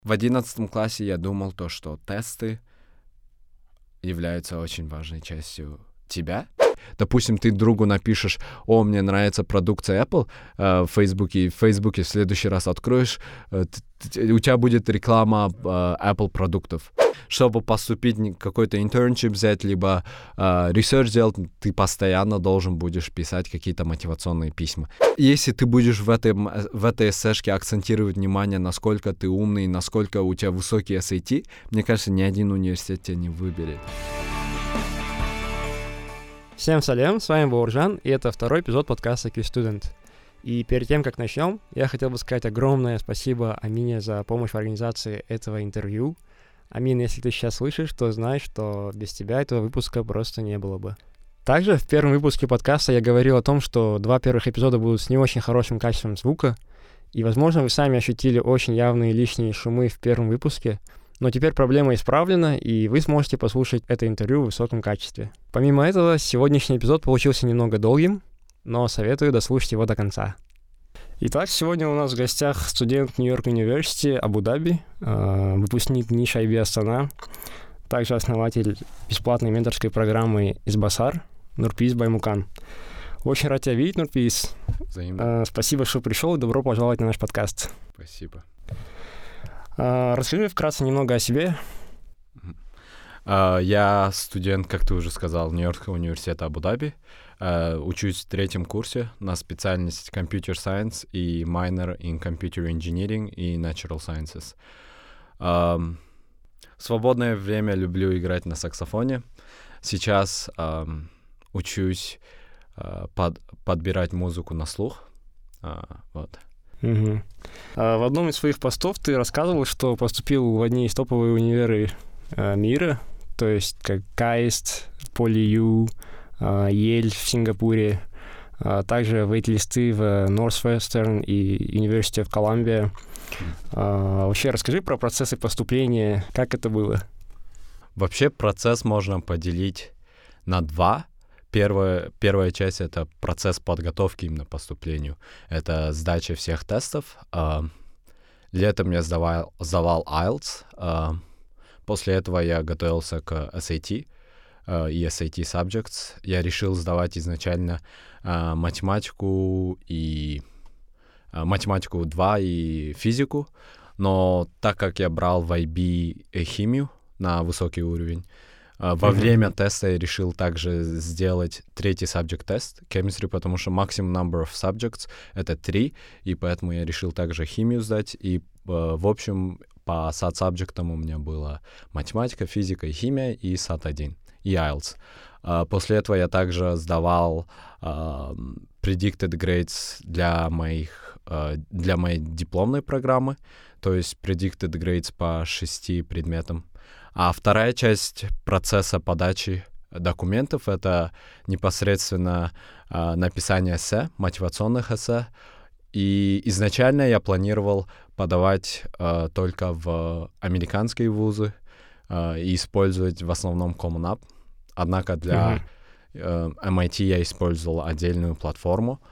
В 11 классе я думал то, что тесты являются очень важной частью тебя. Допустим, ты другу напишешь: «О, мне нравится продукция Apple» в Фейсбуке, и в Фейсбуке в следующий раз откроешь, у тебя будет реклама Apple продуктов. Чтобы поступить, какой-то internship взять, либо research сделать, ты постоянно должен будешь писать какие-то мотивационные письма. Если ты будешь в этой эссешке акцентировать внимание, насколько ты умный, насколько у тебя высокий SAT, мне кажется, ни один университет тебя не выберет. Всем салям, с вами Бауржан, и это второй эпизод подкаста Q-Student. И перед тем, как начнем, я хотел бы сказать огромное спасибо Амине за помощь в организации этого интервью. Амин, если ты сейчас слышишь, то знай, что без тебя этого выпуска просто не было бы. Также в первом выпуске подкаста я говорил о том, что 2 первых эпизода будут с не очень хорошим качеством звука, и, возможно, вы сами ощутили очень явные лишние шумы в первом выпуске, но теперь проблема исправлена, и вы сможете послушать это интервью в высоком качестве. Помимо этого, сегодняшний эпизод получился немного долгим, но советую дослушать его до конца. Итак, сегодня у нас в гостях студент Нью-Йорк Университи Абу-Даби, выпускник НИШ IB Астана, также основатель бесплатной менторской программы «Избасар» Нурпиз Баймукан. Очень рад тебя видеть, Нурпиз. Взаимно. Спасибо, что пришел, и добро пожаловать на наш подкаст. Спасибо. Расскажи вкратце немного о себе. Я студент, как ты уже сказал, Нью-Йоркского университета Абу-Даби. Учусь в 3-м курсе на специальность Computer Science и minor in Computer Engineering и Natural Sciences. В свободное время люблю играть на саксофоне. Сейчас учусь подбирать музыку на слух. Вот. Угу. В одном из своих постов ты рассказывал, что поступил в одни из топовые универы мира, то есть как KAIST, PolyU, Yale в Сингапуре, также вейт-листы в Northwestern и University of Columbia. Вообще расскажи про процессы поступления, как это было? Вообще процесс можно поделить на 2. Первая часть — это процесс подготовки именно к поступлению. Это сдача всех тестов. Летом я сдавал IELTS. После этого я готовился к SAT и SAT Subjects. Я решил сдавать изначально математику 2 и физику. Но так как я брал в IB химию на высокий уровень, во время теста я решил также сделать 3-й subject тест, chemistry, потому что maximum number of subjects — это 3, и поэтому я решил также химию сдать. И, в общем, по SAT-сабжектам у меня была математика, физика и химия, и SAT-1, и IELTS. После этого я также сдавал predicted grades для моей дипломной программы, то есть predicted grades по 6 предметам. А вторая часть процесса подачи документов — это непосредственно написание эссе, мотивационных эссе. И изначально я планировал подавать только в американские вузы и использовать в основном Common App. Однако для MIT я использовал отдельную платформу.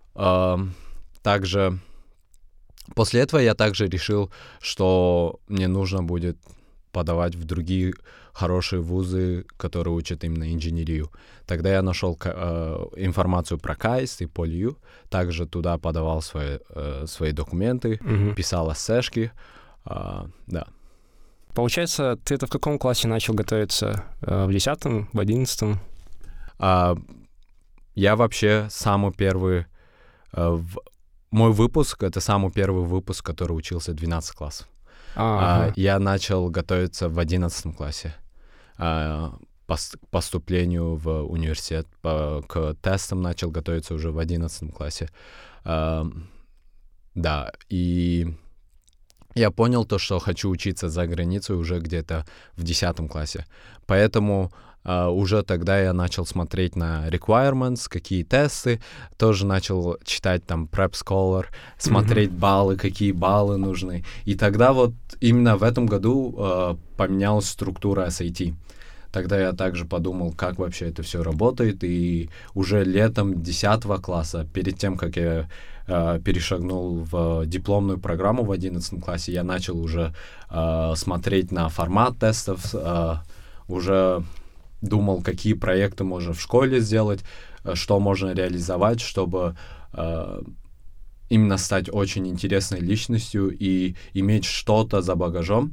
Также после этого я также решил, что мне нужно будет подавать в другие хорошие вузы, которые учат именно инженерию. Тогда я нашел информацию про KAIST и PolyU, также туда подавал свои документы, писал эссешки. Да. Получается, ты это в каком классе начал готовиться? В 10-м, в 11-м? Я вообще самый первый... Мой выпуск — это самый первый выпуск, который учился 12 классов. Я начал готовиться в 11 классе к поступлению в университет. К тестам начал готовиться уже в 11 классе. Да, и я понял то, что хочу учиться за границей уже где-то в 10 классе. Поэтому уже тогда я начал смотреть на requirements, какие тесты, тоже начал читать там Prep Scholar, смотреть баллы, какие баллы нужны. И тогда вот именно в этом году поменялась структура SAT. Тогда я также подумал, как вообще это все работает, и уже летом 10 класса, перед тем, как я перешагнул в дипломную программу в 11 классе, я начал уже смотреть на формат тестов, уже думал, какие проекты можно в школе сделать, что можно реализовать, чтобы именно стать очень интересной личностью и иметь что-то за багажом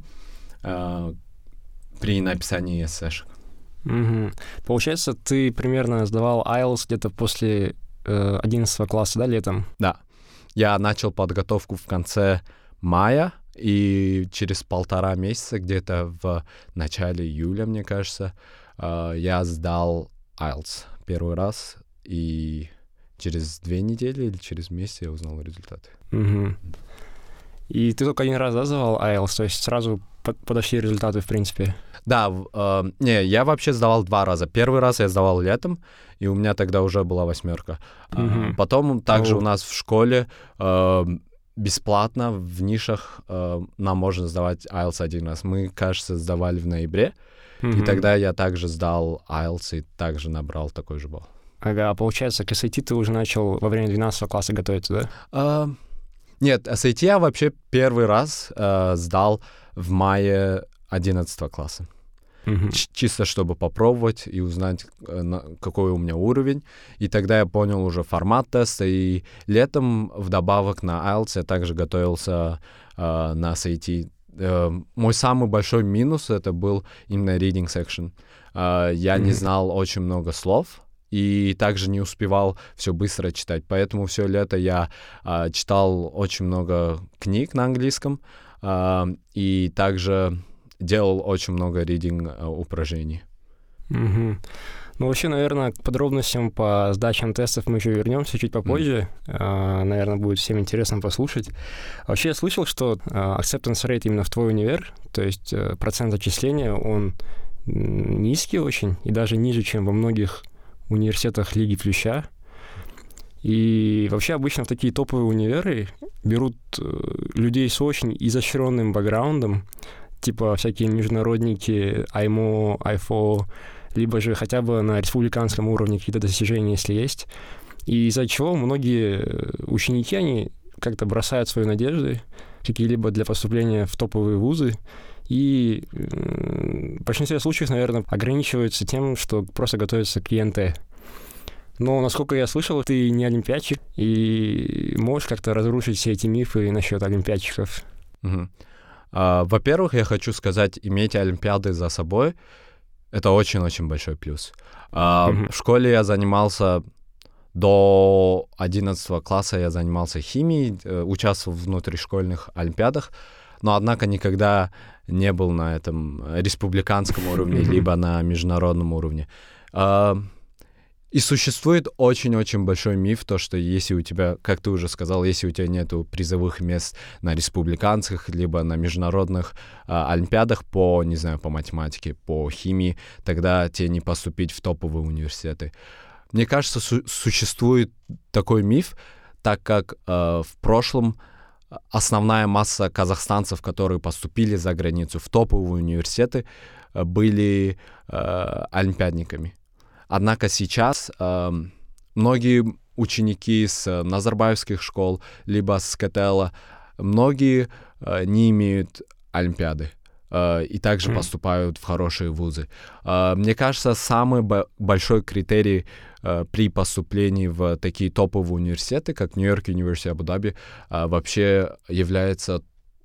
при написании эссе-шек. Угу. Получается, ты примерно сдавал IELTS где-то после 11 класса, да, летом? Да. Я начал подготовку в конце мая, и через 1,5 месяца, где-то в начале июля, мне кажется, я сдал IELTS первый раз, и через 2 недели или через месяц я узнал результаты. Угу. И ты только один раз, да, сдавал IELTS, то есть сразу подошли результаты, в принципе? Да, я вообще сдавал 2 раза. Первый раз я сдавал летом, и у меня тогда уже была 8. Потом также у нас в школе бесплатно в нишах нам можно сдавать IELTS 1 раз. Мы, кажется, сдавали в ноябре, и тогда я также сдал IELTS и также набрал такой же балл. Ага, получается, к SAT ты уже начал во время 12 класса готовиться, да? Нет, SAT я вообще первый раз сдал в мае 11 класса. Чисто чтобы попробовать и узнать, какой у меня уровень. И тогда я понял уже формат теста. И летом вдобавок на IELTS я также готовился на SAT. Мой самый большой минус — это был именно reading section. Я не знал очень много слов и также не успевал все быстро читать. Поэтому все лето я читал очень много книг на английском и также делал очень много reading упражнений. Ну, вообще, наверное, к подробностям по сдачам тестов мы еще вернемся чуть попозже. Наверное, будет всем интересно послушать. Вообще, я слышал, что acceptance rate именно в твой универ, то есть процент зачисления, он низкий очень, и даже ниже, чем во многих университетах Лиги Плюща. И вообще обычно в такие топовые универы берут людей с очень изощренным бэкграундом, типа всякие международники, IMO, IFO, либо же хотя бы на республиканском уровне какие-то достижения, если есть. И из-за чего многие ученики, они как-то бросают свои надежды какие-либо для поступления в топовые вузы, и в большинстве случаев, наверное, ограничиваются тем, что просто готовятся к ЕНТ. Но, насколько я слышал, ты не олимпиадчик, и можешь как-то разрушить все эти мифы насчет олимпиадчиков. Во-первых, я хочу сказать, иметь олимпиады за собой — это очень-очень большой плюс. В школе я занимался до 11 класса, я занимался химией, участвовал в внутришкольных олимпиадах, но, однако, никогда не был на этом республиканском уровне, либо на международном уровне. И существует очень-очень большой миф, то, что если у тебя, как ты уже сказал, если у тебя нету призовых мест на республиканских, либо на международных олимпиадах по, не знаю, по математике, по химии, тогда тебе не поступить в топовые университеты. Мне кажется, существует такой миф, так как в прошлом основная масса казахстанцев, которые поступили за границу в топовые университеты, были олимпиадниками. Однако сейчас многие ученики с назарбаевских школ, либо с КТЛ, многие не имеют олимпиады и также поступают в хорошие вузы. Мне кажется, самый большой критерий при поступлении в такие топовые университеты, как Нью-Йорк, University of Abu Dhabi, вообще является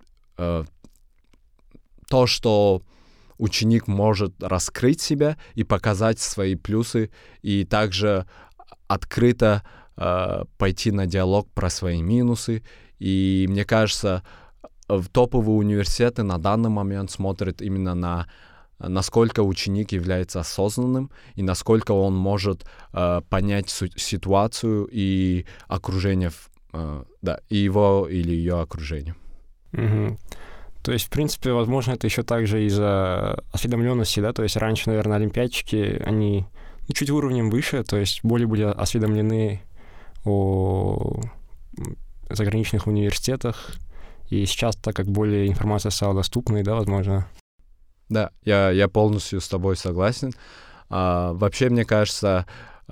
то, что ученик может раскрыть себя и показать свои плюсы, и также открыто пойти на диалог про свои минусы. И мне кажется, в топовые университеты на данный момент смотрят именно на насколько ученик является осознанным и насколько он может понять ситуацию и окружение, и его или ее окружение. То есть, в принципе, возможно, это еще также из-за осведомленности, да, то есть раньше, наверное, олимпиадчики, они чуть уровнем выше, то есть более были осведомлены о заграничных университетах, и сейчас, так как более информация стала доступной, да, возможно. Да, я полностью с тобой согласен. Вообще, мне кажется,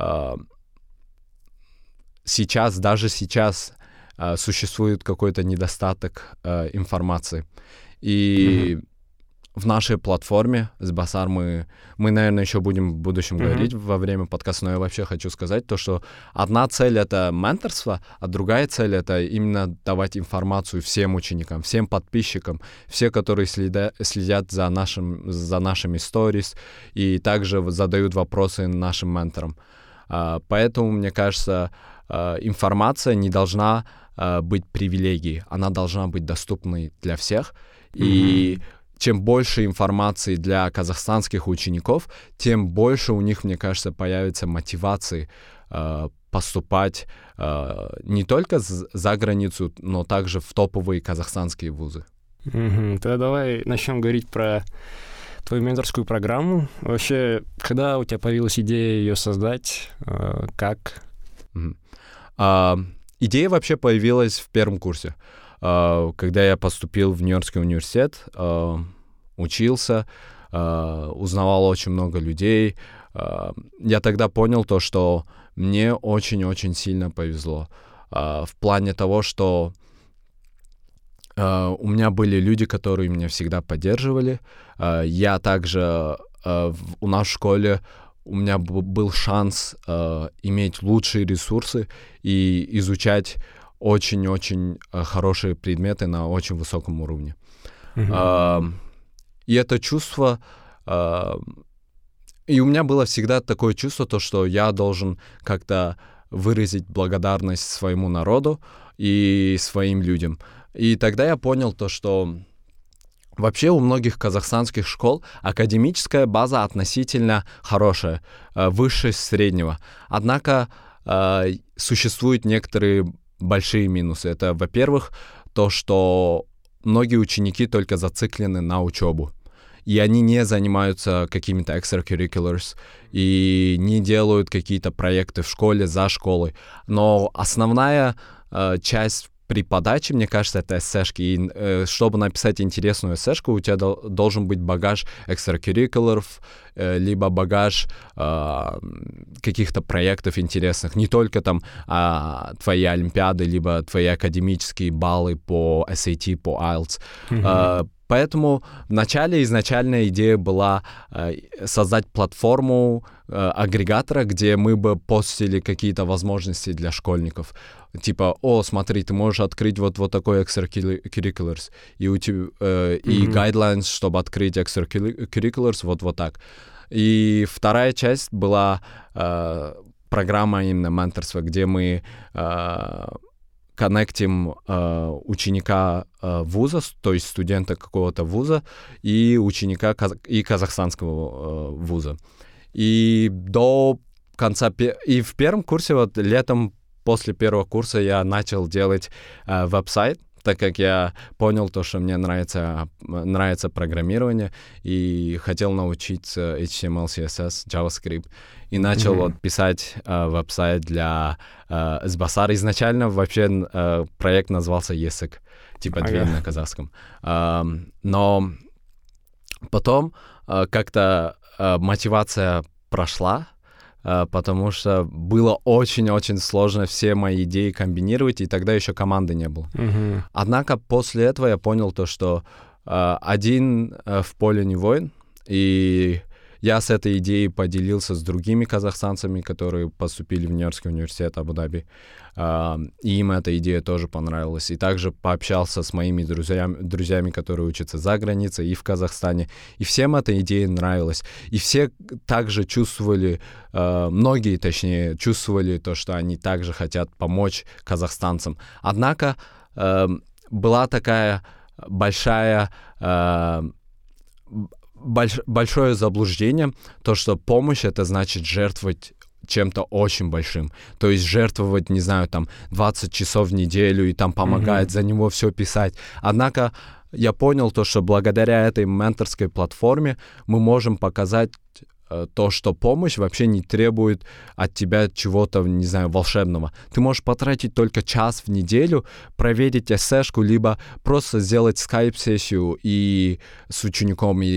даже сейчас существует какой-то недостаток информации. И в нашей платформе SBasar мы, наверное, еще будем в будущем говорить во время подкаста, но я вообще хочу сказать то, что одна цель — это менторство, а другая цель — это именно давать информацию всем ученикам, всем подписчикам, все, которые следят за нашими сторис и также задают вопросы нашим менторам. Поэтому, мне кажется, информация не должна быть привилегией, она должна быть доступной для всех. И чем больше информации для казахстанских учеников, тем больше у них, мне кажется, появится мотивации поступать не только за границу, но также в топовые казахстанские вузы. Тогда давай начнем говорить про твою менторскую программу. Вообще, когда у тебя появилась идея ее создать, как? Идея вообще появилась в первом курсе. Когда я поступил в Нью-Йоркский университет, учился, узнавал очень много людей, я тогда понял то, что мне очень-очень сильно повезло. В плане того, что у меня были люди, которые меня всегда поддерживали. Я также у нас в школе у меня был шанс иметь лучшие ресурсы и изучать очень-очень хорошие предметы на очень высоком уровне. И это чувство... И у меня было всегда такое чувство, то, что я должен как-то выразить благодарность своему народу и своим людям. И тогда я понял то, что вообще у многих казахстанских школ академическая база относительно хорошая, выше среднего. Однако существуют некоторые большие минусы. Это, во-первых, то, что многие ученики только зациклены на учебу. И они не занимаются какими-то extracurriculars и не делают какие-то проекты в школе, за школой. Но основная часть при подаче, мне кажется, это эссешки. И чтобы написать интересную эссешку, у тебя должен быть багаж extracurriculars, либо багаж каких-то проектов интересных. Не только там твои олимпиады, либо твои академические баллы по SAT, по IELTS. Поэтому вначале изначальная идея была создать платформу агрегатора, где мы бы постили какие-то возможности для школьников. Типа, смотри, ты можешь открыть вот такой extracurriculars, и guidelines, чтобы открыть extracurriculars, вот так. И вторая часть была программа именно менторства, где мы коннектим ученика вуза, то есть студента какого-то вуза, и ученика и казахстанского вуза. И до конца... И в первом курсе, вот летом после первого курса я начал делать веб-сайт, так как я понял то, что мне нравится программирование, и хотел научиться HTML, CSS, JavaScript. И начал писать веб-сайт для SBasar. Изначально вообще проект назывался Язык, типа дверь на казахском. Но потом как-то мотивация прошла, потому что было очень-очень сложно все мои идеи комбинировать, и тогда еще команды не было. Однако после этого я понял то, что один в поле не воин, и я с этой идеей поделился с другими казахстанцами, которые поступили в Нью-Йоркский университет Абу-Даби, и им эта идея тоже понравилась. И также пообщался с моими друзьями, которые учатся за границей и в Казахстане, и всем эта идея нравилась. И все также чувствовали, многие, точнее, чувствовали то, что они также хотят помочь казахстанцам. Однако была такая большое заблуждение, то, что помощь — это значит жертвовать чем-то очень большим. То есть жертвовать, не знаю, там 20 часов в неделю и там помогать за него все писать. Однако я понял то, что благодаря этой менторской платформе мы можем показать то, что помощь вообще не требует от тебя чего-то, не знаю, волшебного. Ты можешь потратить только час в неделю, проверить эссешку, либо просто сделать скайп-сессию и с учеником, и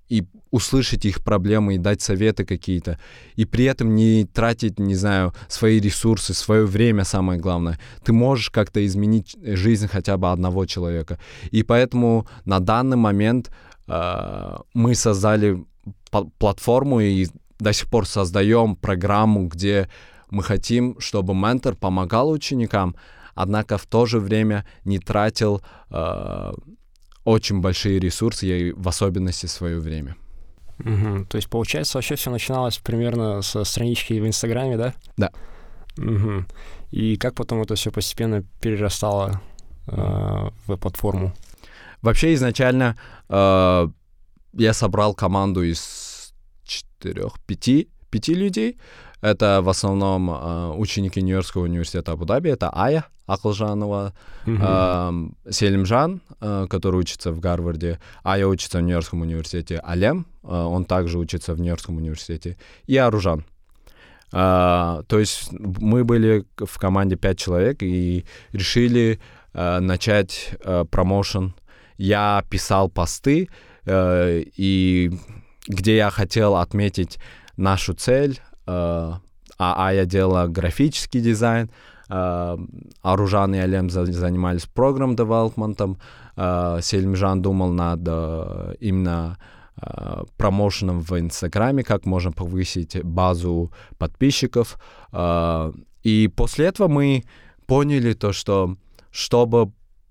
и услышать их проблемы, и дать советы какие-то, и при этом не тратить, не знаю, свои ресурсы, свое время, самое главное. Ты можешь как-то изменить жизнь хотя бы одного человека. И поэтому на данный момент мы создали платформу и до сих пор создаем программу, где мы хотим, чтобы ментор помогал ученикам, однако в то же время не тратил очень большие ресурсы, и в особенности свое время. Угу. То есть, получается, вообще все начиналось примерно со странички в Инстаграме, да? Да. Угу. И как потом это все постепенно перерастало в платформу? Вообще, изначально я собрал команду из 4-5 людей. Это в основном ученики Нью-Йоркского университета Абу-Даби. Это Ая Акылжанова, Селимжан, который учится в Гарварде. Ая учится в Нью-Йоркском университете. Алем, он также учится в Нью-Йоркском университете. И Аружан. То есть мы были в команде 5 человек и решили начать промоушен. Я писал посты, и где я хотел отметить нашу цель, я делала графический дизайн, Аружан и Алем занимались программ-девелопментом, Селимжан думал над именно промоушеном в Инстаграме, как можно повысить базу подписчиков. И после этого мы поняли то, что чтобы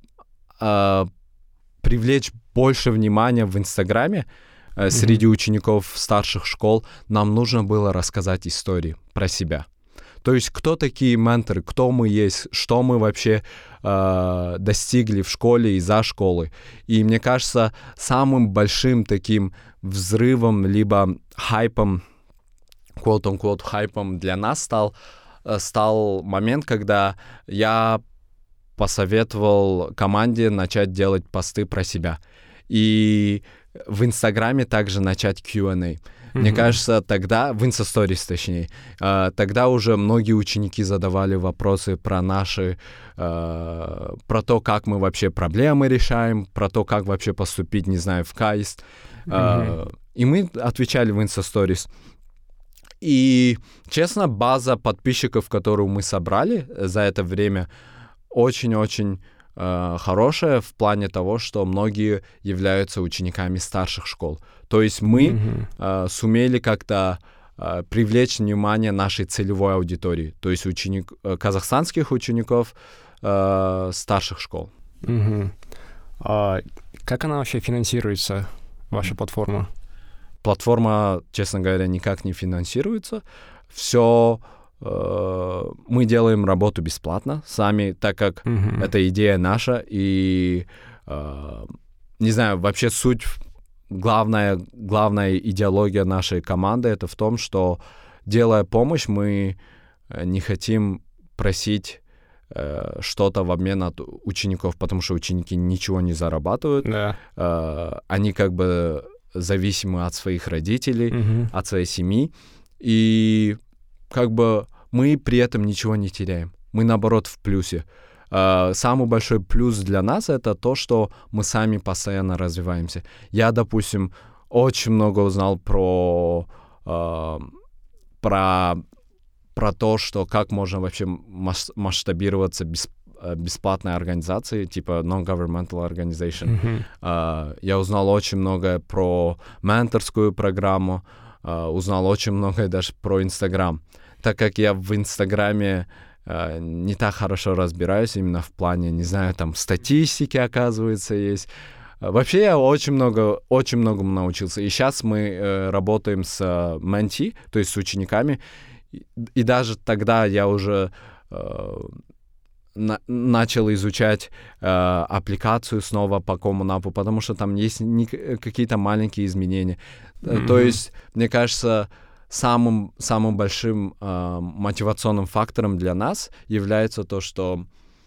привлечь больше внимания в Инстаграме среди учеников старших школ, нам нужно было рассказать истории про себя. То есть кто такие менторы, кто мы есть, что мы вообще достигли в школе и за школой. И мне кажется, самым большим таким взрывом, либо хайпом, quote-unquote хайпом для нас стал момент, когда я посоветовал команде начать делать посты про себя. И в Инстаграме также начать Q&A. Мне кажется, тогда, в Инстасторис точнее, тогда уже многие ученики задавали вопросы про про то, как мы вообще проблемы решаем, про то, как вообще поступить, не знаю, в КАИСТ. И мы отвечали в Инстасторис. И, честно, база подписчиков, которую мы собрали за это время, очень-очень хорошая в плане того, что многие являются учениками старших школ. То есть мы сумели как-то привлечь внимание нашей целевой аудитории, то есть казахстанских учеников старших школ. А как она вообще финансируется, ваша платформа? Платформа, честно говоря, никак не финансируется. Все мы делаем работу бесплатно сами, так как это идея наша. И, не знаю, вообще суть, главная идеология нашей команды — это в том, что, делая помощь, мы не хотим просить что-то в обмен от учеников, потому что ученики ничего не зарабатывают. Да. Они как бы зависимы от своих родителей, от своей семьи. И как бы мы при этом ничего не теряем. Мы, наоборот, в плюсе. Самый большой плюс для нас — это то, что мы сами постоянно развиваемся. Я, допустим, очень много узнал про то, что как можно вообще масштабироваться бесплатной организации, типа non-governmental organization. Я узнал очень многое про менторскую программу, узнал очень многое даже про Инстаграм. Так как я в Инстаграме не так хорошо разбираюсь именно в плане, не знаю, там статистики, оказывается, есть. Вообще я очень многому научился. И сейчас мы работаем с менти, то есть с учениками. И даже тогда я уже начал изучать аппликацию снова по Common App, потому что там есть какие-то маленькие изменения. То есть, мне кажется, самым большим мотивационным фактором для нас является то, что,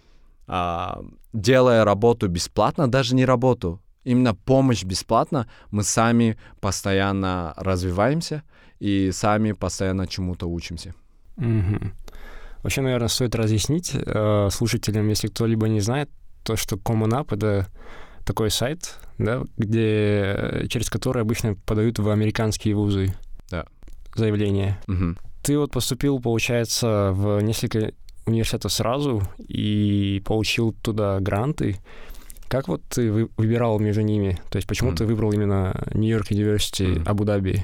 делая работу бесплатно, даже не работу, именно помощь бесплатно, мы сами постоянно развиваемся и сами постоянно чему-то учимся. Вообще, наверное, стоит разъяснить слушателям, если кто-либо не знает, то, что Common App — это такой сайт, да, через который обычно подают в американские вузы заявления. Ты вот поступил, получается, в несколько университетов сразу и получил туда гранты. Как вот ты выбирал между ними? То есть почему ты выбрал именно Нью-Йорк University, Абу-Даби?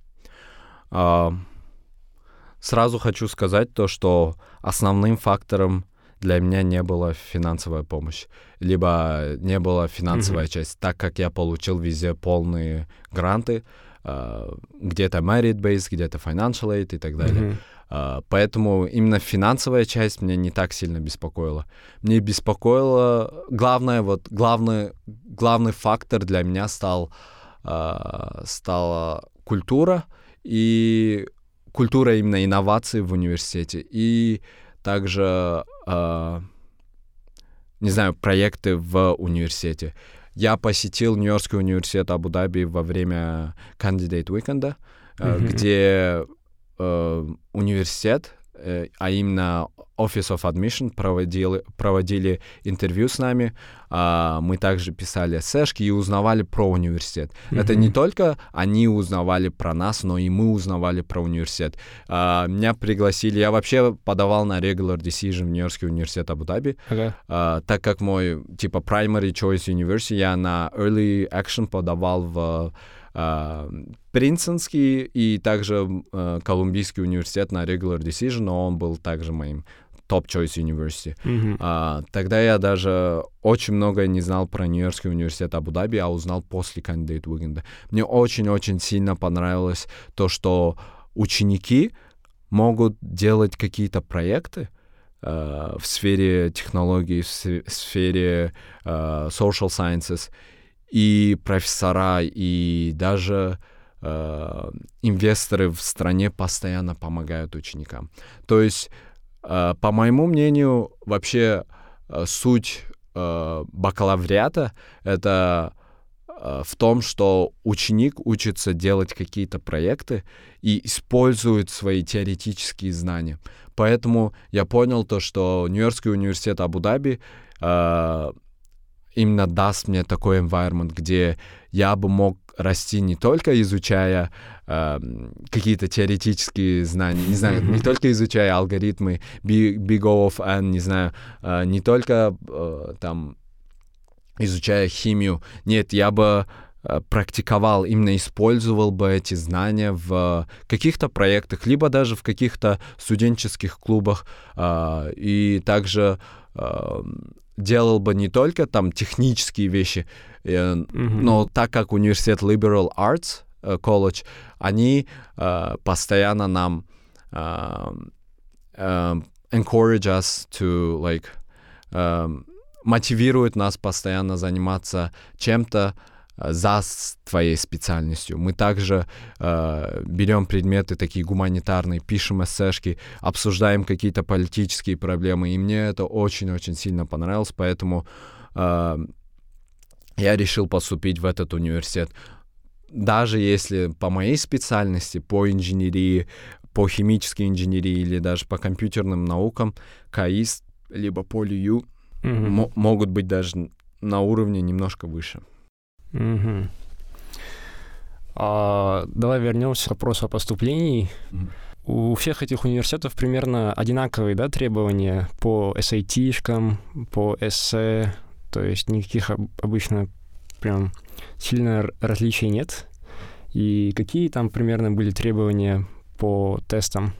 Сразу хочу сказать то, что основным фактором для меня не была финансовая помощь, либо не была финансовая часть, так как я получил везде полные гранты, где-то merit-based, где-то financial aid и так далее. Поэтому именно финансовая часть меня не так сильно беспокоила. Мне беспокоило... Главный фактор для меня стала культура, и культура именно инноваций в университете, и также, проекты в университете. Я посетил Нью-Йоркский университет Абу-Даби во время Candidate Weekend, где университет, а именно Office of Admission проводили интервью с нами. Мы также писали эсэшки и узнавали про университет. Это не только они узнавали про нас, но и мы узнавали про университет. Меня пригласили, я вообще подавал на regular decision в Нью-Йоркский университет Абу-Даби, так как мой, primary choice university, я на early action подавал в Принстонский и также Колумбийский университет на regular decision, но он был также моим top choice university. Тогда я даже очень многое не знал про Нью-Йоркский университет Абу-Даби, а узнал после Candidate Weekend. Мне очень-очень сильно понравилось то, что ученики могут делать какие-то проекты в сфере технологий, в сфере social sciences, и профессора, и даже инвесторы в стране постоянно помогают ученикам. То есть, по моему мнению, вообще суть бакалавриата — это в том, что ученик учится делать какие-то проекты и использует свои теоретические знания. Поэтому я понял то, что Нью-Йоркский университет Абу-Даби именно даст мне такой environment, где я бы мог расти не только изучая какие-то теоретические знания, не только изучая алгоритмы Big O of N, не только изучая химию. Нет, я бы практиковал, именно использовал бы эти знания в каких-то проектах, либо даже в каких-то студенческих клубах, и также делал бы не только технические вещи, но так как университет Liberal Arts College, они постоянно нам encourage us to, мотивируют нас постоянно заниматься чем-то за твоей специальностью. Мы также берем предметы такие гуманитарные, пишем эсэшки, обсуждаем какие-то политические проблемы, и мне это очень-очень сильно понравилось, поэтому я решил поступить в этот университет. Даже если по моей специальности, по инженерии, по химической инженерии или даже по компьютерным наукам, КАИС либо PolyU могут быть даже на уровне немножко выше. Давай вернемся к вопросу о поступлении. У всех этих университетов примерно одинаковые, да, требования по SAT-шкам, по эссе, то есть никаких обычно прям сильно различий нет. И какие там примерно были требования по тестам?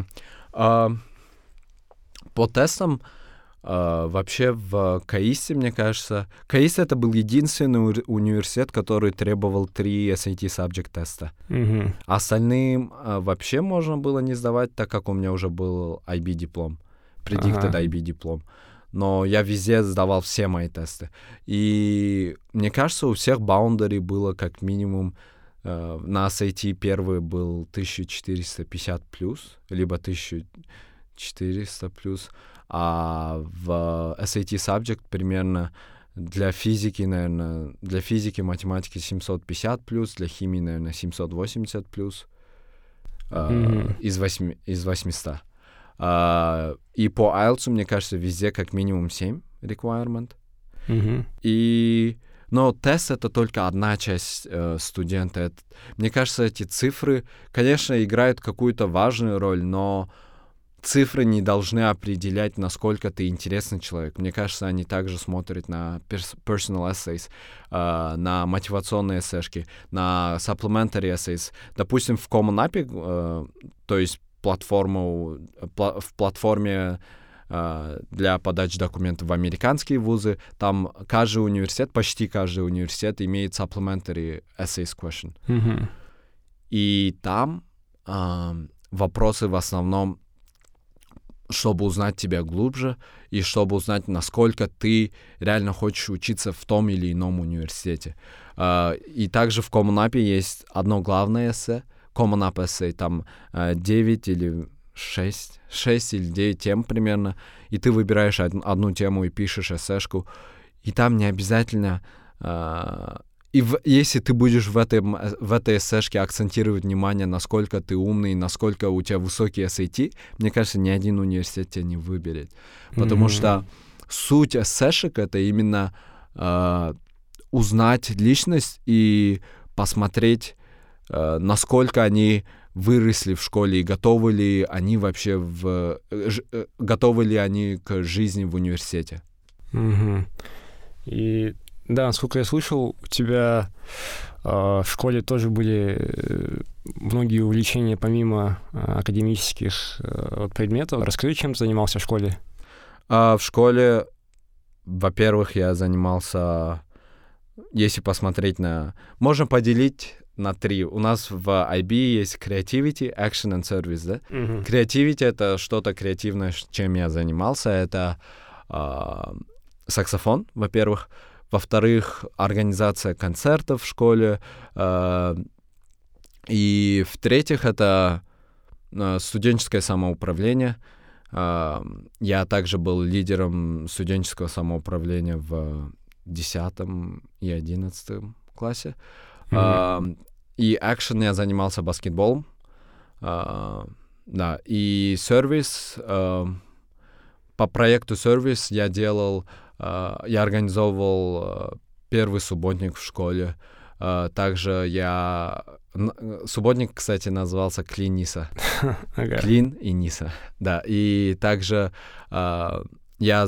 По тестам вообще в КАИСе, мне кажется... КАИС — это был единственный университет, который требовал 3 SAT subject теста. Остальным вообще можно было не сдавать, так как у меня уже был IB-диплом, predicted IB-диплом. Но я везде сдавал все мои тесты. И мне кажется, у всех boundary было как минимум... на SAT первый был 1450+, либо 1400+. А в SAT subject примерно для физики, наверное, для физики, математики 750+, для химии, наверное, 780+, из 800. И по IELTS, мне кажется, везде как минимум 7 requirement. И Но тест — это только одна часть студента. Мне кажется, эти цифры, конечно, играют какую-то важную роль, но цифры не должны определять, насколько ты интересный человек. Мне кажется, они также смотрят на personal essays, на мотивационные эссешки, на supplementary essays. Допустим, в Common App, то есть в платформе для подачи документов в американские вузы, там каждый университет, почти каждый университет имеет supplementary essays question. Mm-hmm. И там вопросы в основном, чтобы узнать тебя глубже и чтобы узнать, насколько ты реально хочешь учиться в том или ином университете. И также в Common App есть одно главное эссе, Common App Essay, там 9 или 6 или 9 тем примерно, и ты выбираешь одну тему и пишешь эссешку, и там не обязательно... Если ты будешь в этой эссешке акцентировать внимание, насколько ты умный, насколько у тебя высокий SAT, мне кажется, ни один университет тебя не выберет. Потому что суть эссешек — это именно узнать личность и посмотреть, насколько они выросли в школе и готовы ли они вообще готовы ли они к жизни в университете. И да, насколько я слышал, у тебя в школе тоже были многие увлечения помимо академических предметов. Расскажи, чем ты занимался в школе? В школе, во-первых, я занимался, если посмотреть на... Можно поделить на 3. У нас в IB есть creativity, action and service, да? Creativity — это что-то креативное, чем я занимался. Это саксофон, во-первых. Во-вторых, организация концертов в школе. И в-третьих, это студенческое самоуправление. Я также был лидером студенческого самоуправления в 10 и 11 классе. И экшен я занимался баскетболом. Да, и сервис, по проекту сервис я организовывал первый субботник в школе. Также субботник, кстати, назывался Клин Ниса. Клин и Ниса. Да, и также я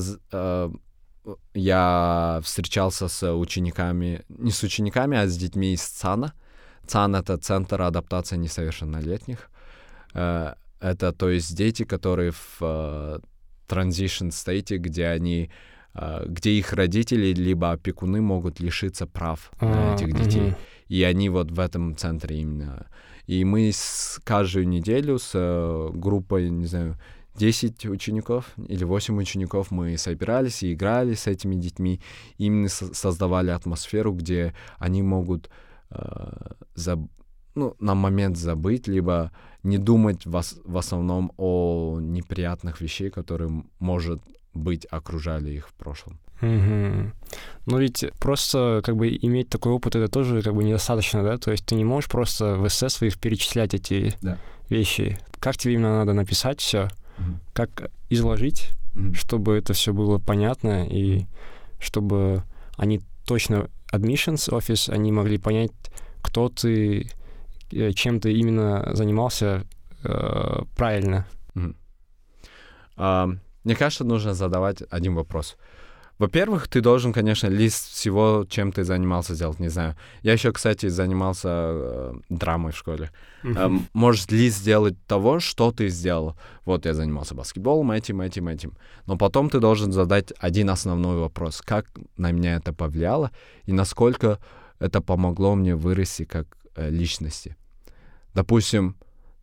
встречался с учениками, не с учениками, а с детьми из ЦАНа. ЦАН — это Центр адаптации несовершеннолетних. Это, то есть, дети, которые в transition state, где их родители либо опекуны могут лишиться прав на этих детей. И они вот в этом центре именно. И мы каждую неделю с группой, не знаю, 10 учеников или 8 учеников мы собирались и играли с этими детьми. Именно создавали атмосферу, где они могут на момент забыть, либо не думать в основном о неприятных вещах, которые, может быть, окружали их в прошлом. Но ведь просто иметь такой опыт, это тоже недостаточно, да? То есть ты не можешь просто в эссе своих перечислять эти вещи. Как тебе именно надо написать все, как изложить, чтобы это все было понятно, и чтобы они точно, admissions office, они могли понять, кто ты, чем ты именно занимался правильно. Мне кажется, нужно задавать один вопрос. Во-первых, ты должен, конечно, лист всего, чем ты занимался, сделать, не знаю. Я еще, кстати, занимался драмой в школе. Можешь лист сделать того, что ты сделал. Вот я занимался баскетболом, этим. Но потом ты должен задать один основной вопрос. Как на меня это повлияло и насколько это помогло мне вырасти как личности. Допустим,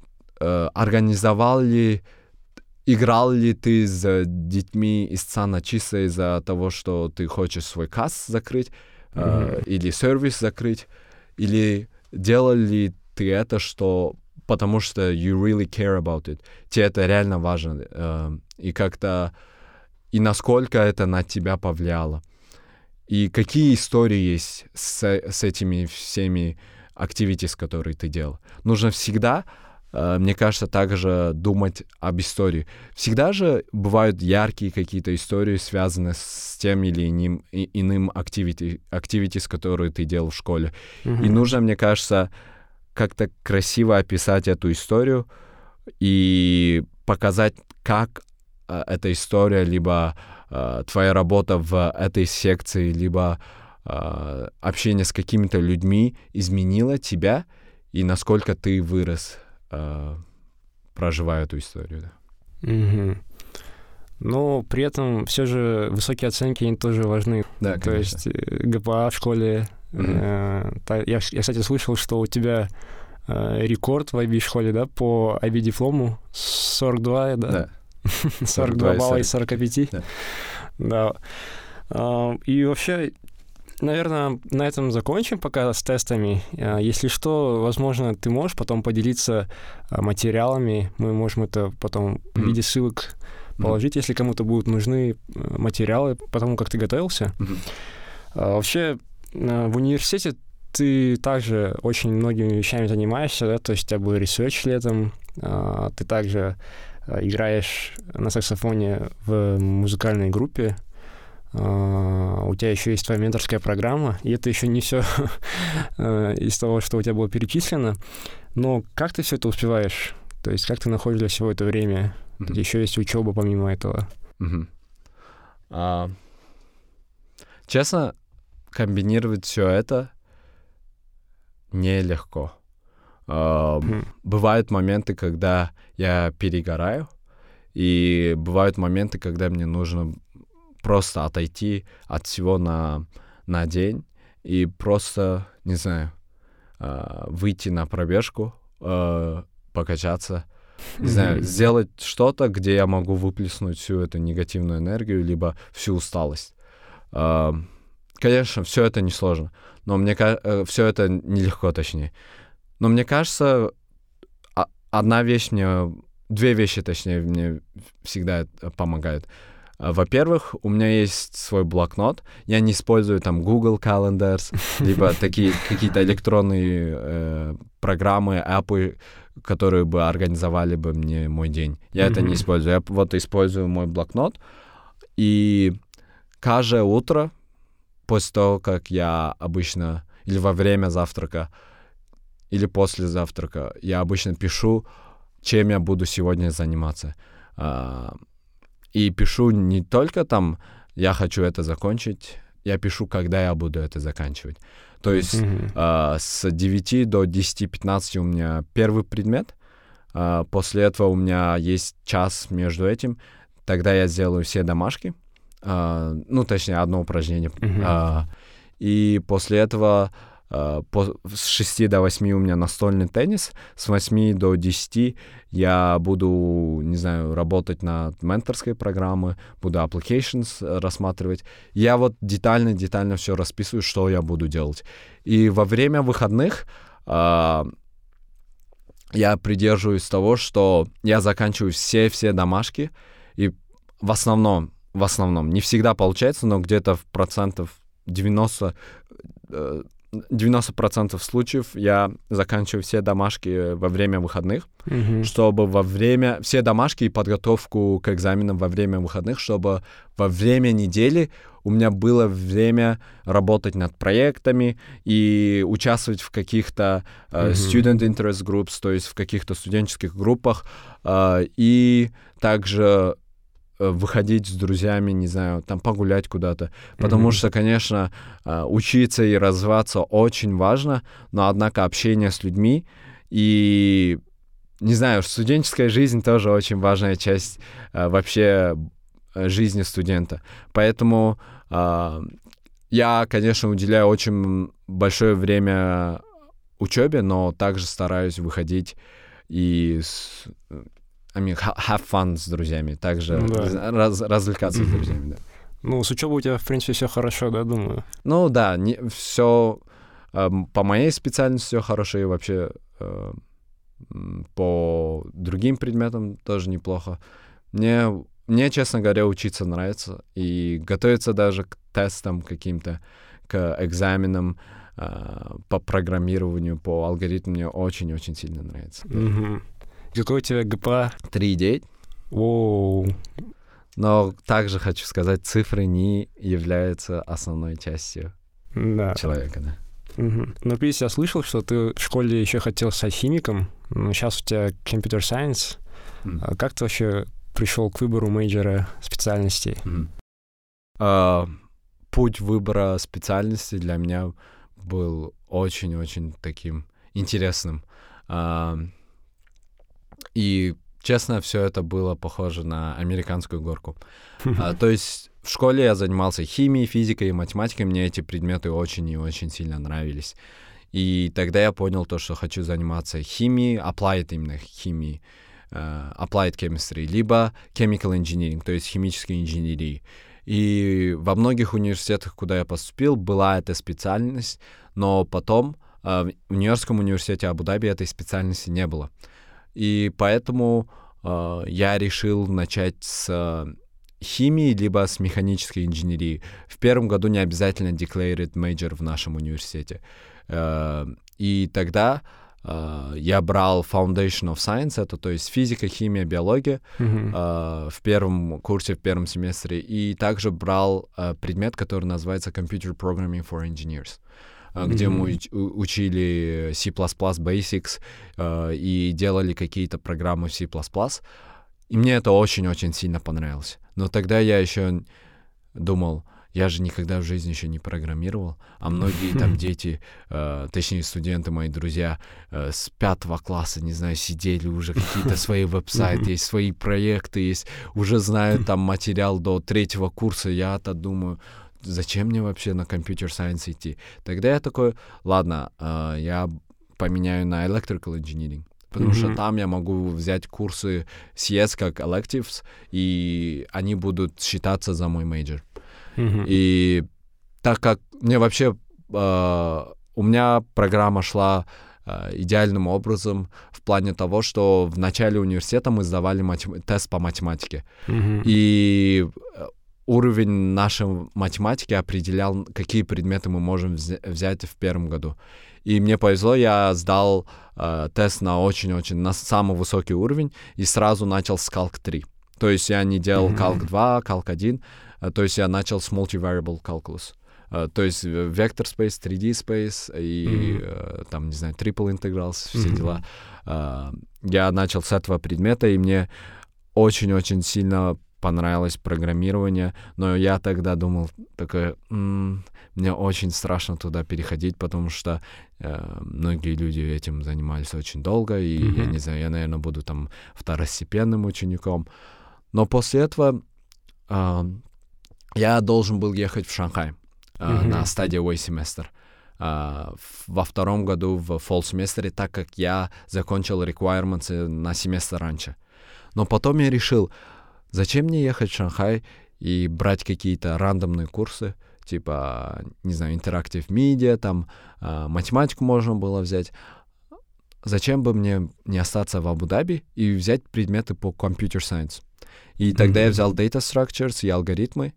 играл ли ты с детьми из ЦАНа чисто из-за того, что ты хочешь свой касс закрыть, или сервис закрыть, или делал ли ты это, потому что you really care about it, тебе это реально важно, и насколько это на тебя повлияло. И какие истории есть с этими всеми activities, которые ты делал. Нужно всегда мне кажется, также думать об истории. Всегда же бывают яркие какие-то истории, связанные с тем или иным activities, которые ты делал в школе. И нужно, мне кажется, как-то красиво описать эту историю и показать, как эта история, либо твоя работа в этой секции, либо общение с какими-то людьми изменило тебя, и насколько ты вырос, проживая эту историю. Но при этом все же высокие оценки, они тоже важны. Да, то есть ГПА в школе. Я, кстати, слышал, что у тебя рекорд в IB-школе, да, по IB-диплому 42, да? Да. 42 балла из 45. Да. И вообще, наверное, на этом закончим пока с тестами. Если что, возможно, ты можешь потом поделиться материалами. Мы можем это потом в виде ссылок положить, если кому-то будут нужны материалы по тому, как ты готовился. Вообще, в университете ты также очень многими вещами занимаешься, да? То есть у тебя был ресерч летом, ты также играешь на саксофоне в музыкальной группе, у тебя еще есть твоя менторская программа, и это еще не все из того, что у тебя было перечислено. Но как ты все это успеваешь? То есть как ты находишь для всего это время? Еще есть учеба помимо этого. Честно, комбинировать все это нелегко. Бывают моменты, когда я перегораю, и бывают моменты, когда мне нужно просто отойти от всего на день и просто, не знаю, выйти на пробежку, покачаться, не знаю, сделать что-то, где я могу выплеснуть всю эту негативную энергию, либо всю усталость. Конечно, все это несложно, но все это нелегко, точнее. Но мне кажется, две вещи, точнее, мне всегда помогают. Во-первых, у меня есть свой блокнот. Я не использую там Google Calendars, либо такие какие-то электронные программы, аппы, которые бы организовали бы мне мой день. Я это не использую. Я вот использую мой блокнот. И каждое утро, после того, как я обычно, или во время завтрака, или после завтрака, я обычно пишу, чем я буду сегодня заниматься. И пишу не только там, я хочу это закончить, я пишу, когда я буду это заканчивать. То есть с 9 до 10-15 у меня первый предмет, после этого у меня есть час между этим, тогда я сделаю все домашки, точнее, одно упражнение. И после этого с 6 до 8 у меня настольный теннис, с 8 до 10 я буду, не знаю, работать над менторской программой, буду applications рассматривать. Я вот детально все расписываю, что я буду делать. И во время выходных я придерживаюсь того, что я заканчиваю все домашки, и в основном, не всегда получается, но где-то в процентов 90% случаев я заканчиваю все домашки во время выходных, чтобы все домашки и подготовку к экзаменам во время выходных, чтобы во время недели у меня было время работать над проектами и участвовать в каких-то student interest groups, то есть в каких-то студенческих группах, и также выходить с друзьями, не знаю, там погулять куда-то. Потому что, конечно, учиться и развиваться очень важно, но, однако, общение с людьми и, не знаю, студенческая жизнь тоже очень важная часть вообще жизни студента. Поэтому я, конечно, уделяю очень большое время учебе, но также стараюсь выходить и have fun с друзьями, также развлекаться с друзьями, да. Ну, с учебой у тебя, в принципе, все хорошо, да, думаю? Ну, да, все по моей специальности все хорошо, и вообще по другим предметам тоже неплохо. Мне, честно говоря, учиться нравится, и готовиться даже к тестам каким-то, к экзаменам по программированию, по алгоритму мне очень-очень сильно нравится. Какой у тебя ГПА? 3,9. Оу. Но также хочу сказать, цифры не являются основной частью человека, да. Угу. Но, Крис, я слышал, что ты в школе еще хотел стать химиком, но сейчас у тебя Computer Science. Как ты вообще пришел к выбору мейджора специальностей? Путь выбора специальности для меня был очень-очень таким интересным. И, честно, все это было похоже на американскую горку. То есть в школе я занимался химией, физикой и математикой. Мне эти предметы очень и очень сильно нравились. И тогда я понял то, что хочу заниматься химией, applied именно химией, applied chemistry, либо chemical engineering, то есть химической инженерии. И во многих университетах, куда я поступил, была эта специальность, но потом в Нью-Йоркском университете Абу-Даби этой специальности не было. И поэтому я решил начать с химии, либо с механической инженерии. В первом году не обязательно declared major в нашем университете. И тогда я брал Foundation of Science, это то есть физика, химия, биология в первом курсе, в первом семестре. И также брал предмет, который называется Computer Programming for Engineers, где мы учили C++ Basics и делали какие-то программы в C++. И мне это очень-очень сильно понравилось. Но тогда я еще думал, я же никогда в жизни еще не программировал, а многие там дети, точнее студенты, мои друзья, с 5 класса, не знаю, сидели уже, какие-то свои веб-сайты, есть свои проекты, есть, уже знают там материал до 3 курса. Я-то думаю, зачем мне вообще на Computer Science идти? Тогда я такой, ладно, я поменяю на Electrical Engineering. Потому что там я могу взять курсы CS как electives, и они будут считаться за мой мейджор. И так как мне вообще... у меня программа шла идеальным образом в плане того, что в начале университета мы сдавали тест по математике. И уровень нашей математики определял, какие предметы мы можем взять в первом году. И мне повезло, я сдал тест на очень-очень, на самый высокий уровень, и сразу начал с Calc 3. То есть я не делал Calc 2, Calc 1, то есть я начал с Multivariable Calculus. То есть Vector Space, 3D Space и там, не знаю, Triple Integrals, все дела. Я начал с этого предмета, и мне очень-очень сильно понравилось программирование, но я тогда думал, такое, мне очень страшно туда переходить, потому что многие люди этим занимались очень долго, и я не знаю, я, наверное, буду там второстепенным учеником. Но после этого я должен был ехать в Шанхай на стадиовый семестр. Во втором году в fall семестре, так как я закончил requirements на семестр раньше. Но потом я решил, зачем мне ехать в Шанхай и брать какие-то рандомные курсы, типа, не знаю, Interactive Media, там математику можно было взять. Зачем бы мне не остаться в Абу-Даби и взять предметы по Computer Science? И тогда я взял Data Structures и алгоритмы,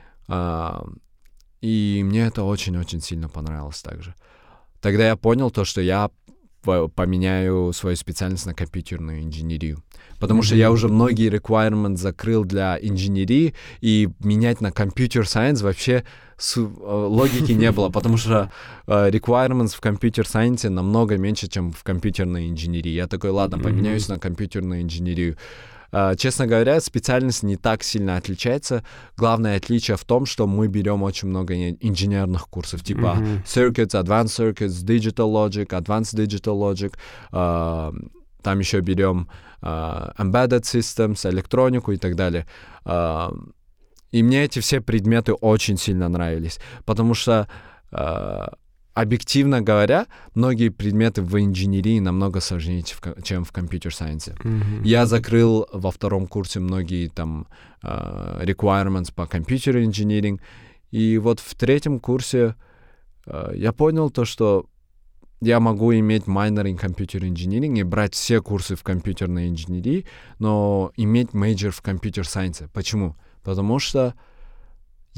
и мне это очень-очень сильно понравилось также. Тогда я понял то, что я поменяю свою специальность на компьютерную инженерию. Потому что я уже многие requirements закрыл для инженерии, и менять на Computer Science вообще логики не было, потому что requirements в Computer Science намного меньше, чем в компьютерной инженерии. Я такой, ладно, поменяюсь на компьютерную инженерию. Честно говоря, специальность не так сильно отличается. Главное отличие в том, что мы берем очень много инженерных курсов, типа Circuits, Advanced Circuits, Digital Logic, Advanced Digital Logic. Там еще берем Embedded Systems, электронику и так далее. И мне эти все предметы очень сильно нравились, потому что объективно говоря, многие предметы в инженерии намного сложнее, чем в Computer Science. Я закрыл во втором курсе многие там requirements по Computer Engineering, и вот в третьем курсе я понял то, что я могу иметь minor in Computer Engineering и брать все курсы в компьютерной инженерии, но иметь major в Computer Science. Почему? Потому что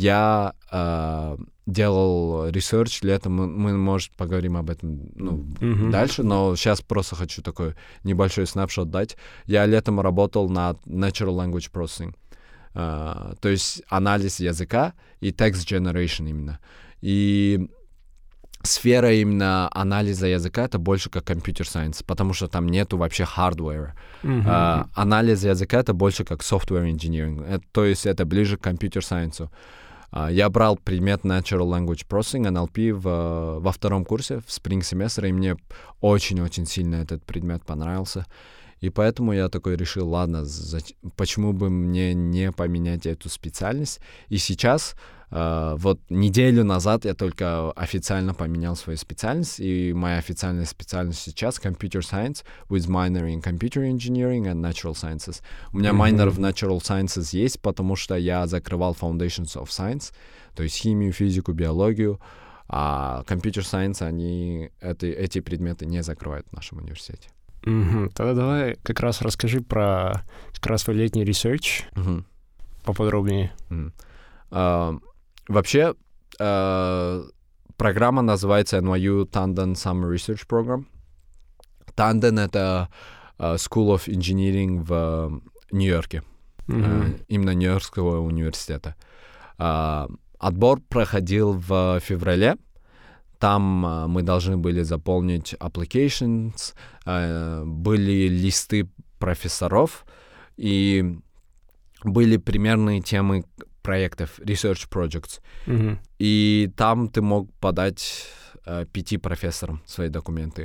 я делал research летом, мы, может, поговорим об этом дальше, но сейчас просто хочу такой небольшой снапшот дать. Я летом работал над Natural Language Processing, то есть анализ языка и text generation именно. И сфера именно анализа языка — это больше как computer science, потому что там нету вообще hardware. Анализ языка — это больше как software engineering, то есть это ближе к computer science. Я брал предмет Natural Language Processing, NLP, во втором курсе, в spring семестре, и мне очень-очень сильно этот предмет понравился. И поэтому я такой решил, ладно, почему бы мне не поменять эту специальность. И сейчас, вот неделю назад я только официально поменял свою специальность, и моя официальная специальность сейчас Computer Science with minor in Computer Engineering and Natural Sciences. У меня minor в Natural Sciences есть, потому что я закрывал Foundations of Science, то есть химию, физику, биологию, а Computer Science, они эти предметы не закрывают в нашем университете. Тогда давай как раз расскажи про как раз свой летний ресерч поподробнее. Вообще, программа называется NYU Tandon Summer Research Program. Tandon — это School of Engineering в Нью-Йорке, именно Нью-Йоркского университета. Отбор проходил в феврале. Там мы должны были заполнить applications, были листы профессоров, и были примерные темы проектов, research projects. И там ты мог подать 5 профессорам свои документы.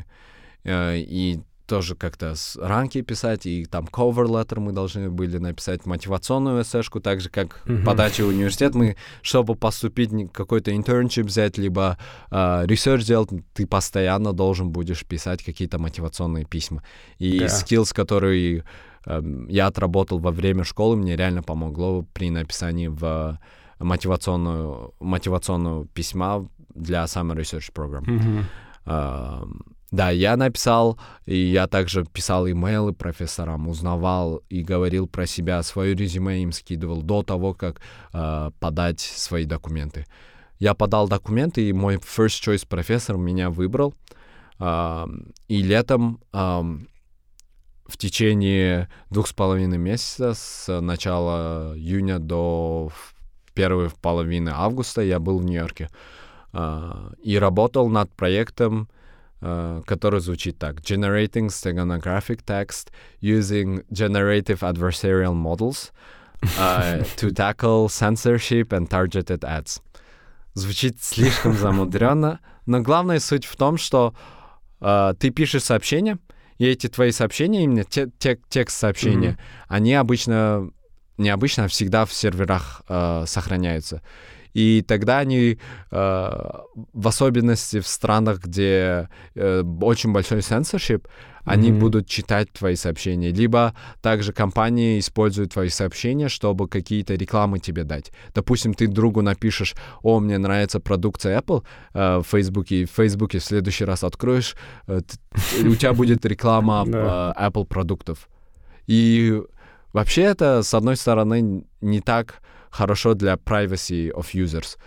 И тоже как-то ранки писать, и там cover letter мы должны были написать, мотивационную эссешку, так же, как подача в университет. Мы, чтобы поступить, какой-то internship взять, либо research делать, ты постоянно должен будешь писать какие-то мотивационные письма. И skills, которые я отработал во время школы, мне реально помогло при написании в мотивационную письма для Summer Research Program. Да, я написал, и я также писал имейлы профессорам, узнавал и говорил про себя, свое резюме им скидывал до того, как подать свои документы. Я подал документы, и мой first choice профессор меня выбрал. И летом в течение 2,5 месяца, с начала июня до первой половины августа, я был в Нью-Йорке. И работал над проектом, который звучит так: Generating Steganographic Text Using Generative Adversarial Models to Tackle Censorship and Targeted Ads. Звучит слишком замудренно, но главная суть в том, что ты пишешь сообщения, и эти твои сообщения, именно текст сообщения, они обычно, не обычно, а всегда в серверах сохраняются. И тогда они, в особенности в странах, где очень большой censorship, они будут читать твои сообщения. Либо также компании используют твои сообщения, чтобы какие-то рекламы тебе дать. Допустим, ты другу напишешь: «О, мне нравится продукция Apple» в Фейсбуке, и в Фейсбуке в следующий раз откроешь, у тебя будет реклама Apple продуктов. И вообще это, с одной стороны, не так хорошо для privacy of users.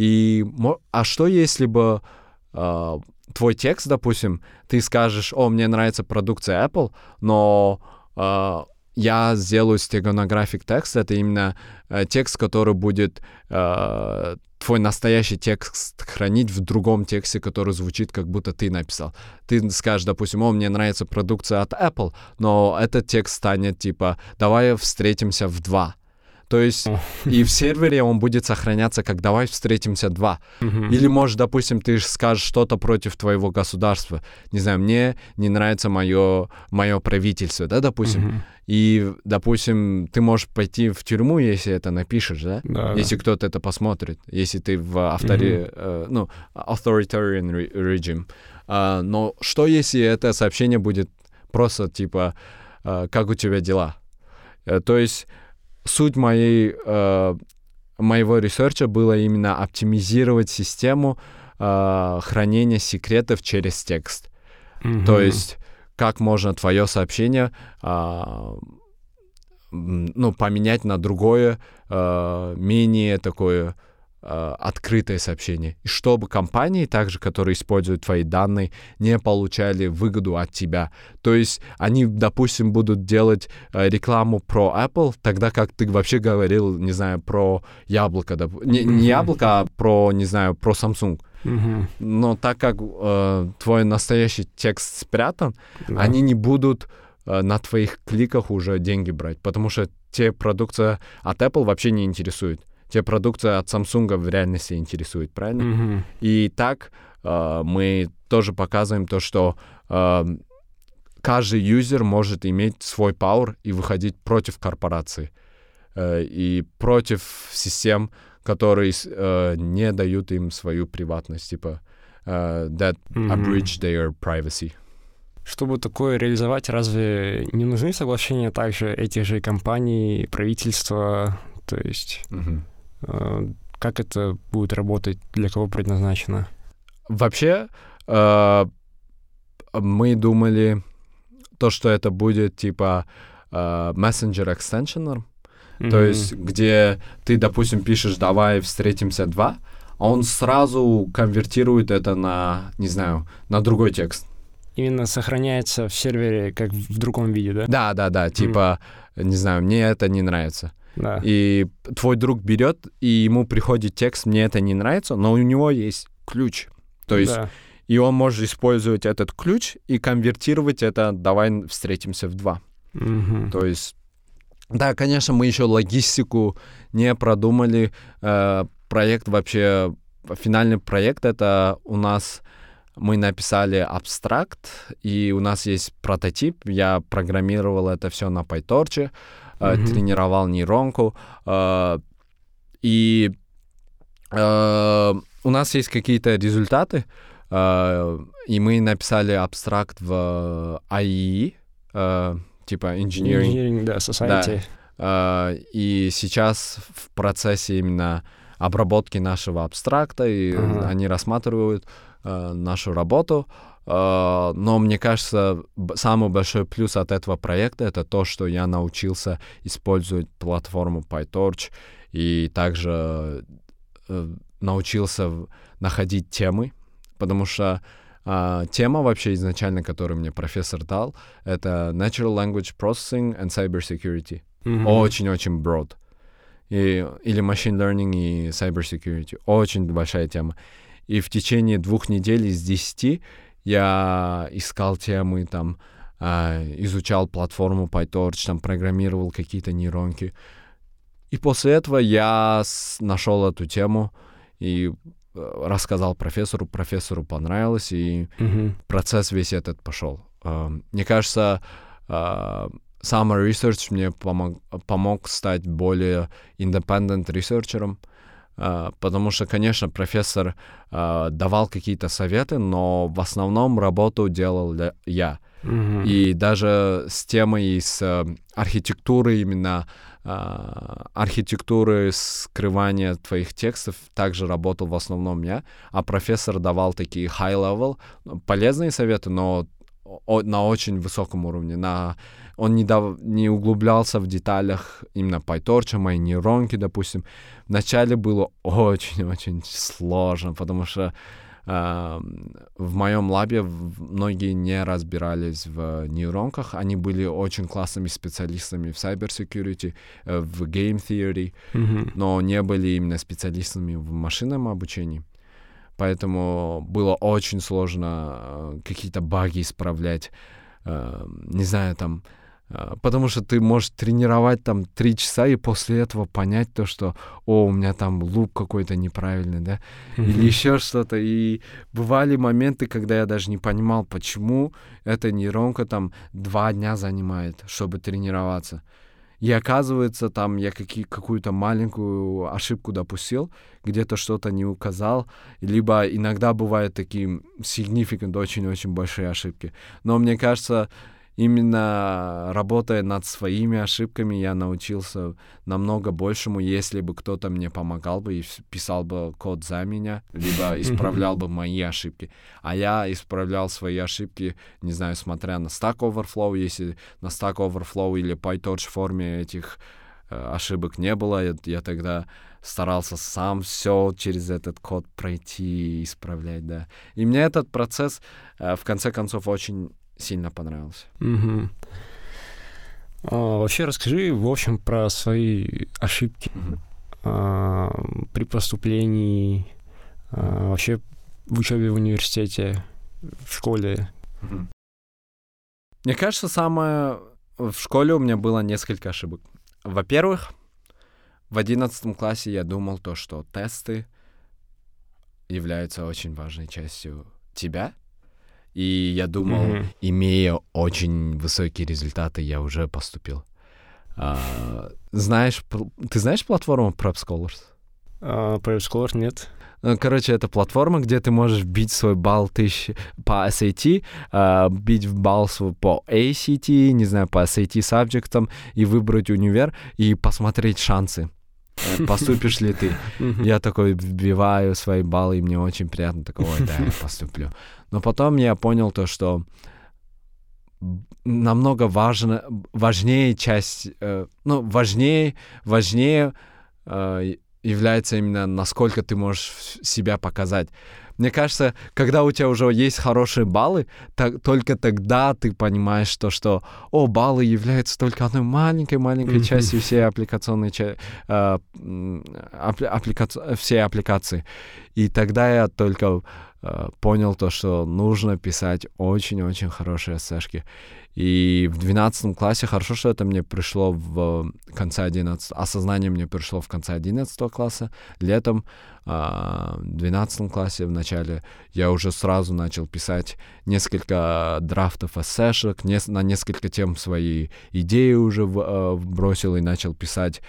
А что если бы твой текст, допустим, ты скажешь: «О, мне нравится продукция Apple, но я сделаю steganographic текст», это именно текст, который будет твой настоящий текст хранить в другом тексте, который звучит, как будто ты написал. Ты скажешь, допустим: «О, мне нравится продукция от Apple», но этот текст станет типа: «Давай встретимся в 2». То есть и в сервере он будет сохраняться как «давай встретимся 2». Или, может, допустим, ты скажешь что-то против твоего государства. Не знаю, мне не нравится мое правительство, да, допустим. И, допустим, ты можешь пойти в тюрьму, если это напишешь, да? Если кто-то это посмотрит. Если ты в authoritarian regime. Но что, если это сообщение будет просто типа «как у тебя дела?» То есть суть моего ресерча было именно оптимизировать систему хранения секретов через текст. То есть как можно твое сообщение поменять на другое, менее такое открытое сообщение. И чтобы компании, также, которые используют твои данные, не получали выгоду от тебя. То есть они, допустим, будут делать рекламу про Apple, тогда как ты вообще говорил, не знаю, про яблоко. Не яблоко, а про, не знаю, про Samsung. Но так как твой настоящий текст спрятан, они не будут на твоих кликах уже деньги брать, потому что те продукция от Apple вообще не интересует. Те продукция от Samsung в реальности интересует, правильно? И так мы тоже показываем то, что каждый юзер может иметь свой power и выходить против корпорации и против систем, которые не дают им свою приватность, типа that abridge their privacy. Чтобы такое реализовать, разве не нужны соглашения также этих же компаний, правительства, то есть... Как это будет работать, для кого предназначено? Вообще, мы думали, то, что это будет типа Messenger Extension, то есть где ты, допустим, пишешь «давай встретимся 2», а он сразу конвертирует это на, не знаю, на другой текст. Именно сохраняется в сервере как в другом виде, да? Да, типа, не знаю, мне это не нравится. Да. И твой друг берет, и ему приходит текст, мне это не нравится, но у него есть ключ. То есть, и он может использовать этот ключ и конвертировать это «давай встретимся в 2». То есть, да, конечно, мы еще логистику не продумали. Проект вообще, финальный проект, это у нас... Мы написали абстракт, и у нас есть прототип. Я программировал это все на PyTorch, тренировал нейронку. И у нас есть какие-то результаты, и мы написали абстракт в IEE, типа Engineering Society. Да. И сейчас в процессе именно обработки нашего абстракта, и они рассматривают нашу работу. Но мне кажется, самый большой плюс от этого проекта — это то, что я научился использовать платформу PyTorch и также научился находить темы, потому что тема вообще изначально, которую мне профессор дал, это Natural Language Processing and Cybersecurity. Очень-очень broad. Или Machine Learning и Cybersecurity. Очень большая тема. И в течение 2 недель из 10 я искал темы, там, изучал платформу PyTorch, там, программировал какие-то нейронки. И после этого я нашел эту тему и рассказал профессору. Профессору понравилось, и процесс весь этот пошел. Мне кажется, Summer Research мне помог стать более independent ресерчером, потому что, конечно, профессор давал какие-то советы, но в основном работу делал я. И даже с темой, с архитектурой именно, архитектуры скрывания твоих текстов также работал в основном я, а профессор давал такие high-level, полезные советы, но на очень высоком уровне. Он не углублялся в деталях именно PyTorch, моей нейронки, допустим. Вначале было очень-очень сложно, потому что в моем лабе многие не разбирались в нейронках. Они были очень классными специалистами в cybersecurity, в game theory, но не были именно специалистами в машинном обучении. Поэтому было очень сложно какие-то баги исправлять. Не знаю, там... Потому что ты можешь тренировать там 3 часа и после этого понять то, что у меня там луп какой-то неправильный, да, или еще что-то. И бывали моменты, когда я даже не понимал, почему эта нейронка там 2 дня занимает, чтобы тренироваться. И оказывается, там я какую-то маленькую ошибку допустил, где-то что-то не указал, либо иногда бывают такие significant, очень-очень большие ошибки. Но мне кажется, именно работая над своими ошибками, я научился намного большему, если бы кто-то мне помогал бы и писал бы код за меня, либо исправлял бы мои ошибки. А я исправлял свои ошибки, не знаю, смотря на Stack Overflow. Если на Stack Overflow или PyTorch форме этих ошибок не было, я тогда старался сам все через этот код пройти, исправлять, да. И мне этот процесс, в конце концов, очень сильно понравился. Вообще расскажи, в общем, про свои ошибки при поступлении, вообще в учебе в университете, в школе. Мне кажется, в школе у меня было несколько ошибок. Во-первых, в 11 классе я думал то, что тесты являются очень важной частью тебя. И я думал, имея очень высокие результаты, я уже поступил. Ты знаешь платформу Prep Scholars? Prep Scholars нет. Короче, это платформа, где ты можешь бить свой балл по SAT, бить в балл свой по ACT, не знаю, по SAT сабжектам, и выбрать универ, и посмотреть шансы. Поступишь ли ты? Я такой вбиваю свои баллы, и мне очень приятно, такой, ой, да, я поступлю. Но потом я понял то, что намного важнее часть, важнее является именно, насколько ты можешь себя показать. Мне кажется, когда у тебя уже есть хорошие баллы, только тогда ты понимаешь то, что баллы являются только одной маленькой частью всей аппликационной всей аппликации. И тогда я только понял то, что нужно писать очень-очень хорошие эссешки. И в 12 классе, хорошо, что это мне пришло в конце 11... Осознание мне пришло в конце 11 класса. Летом, в 12 классе, в начале, я уже сразу начал писать несколько драфтов эссешек, на несколько тем свои идеи уже бросил и начал писать.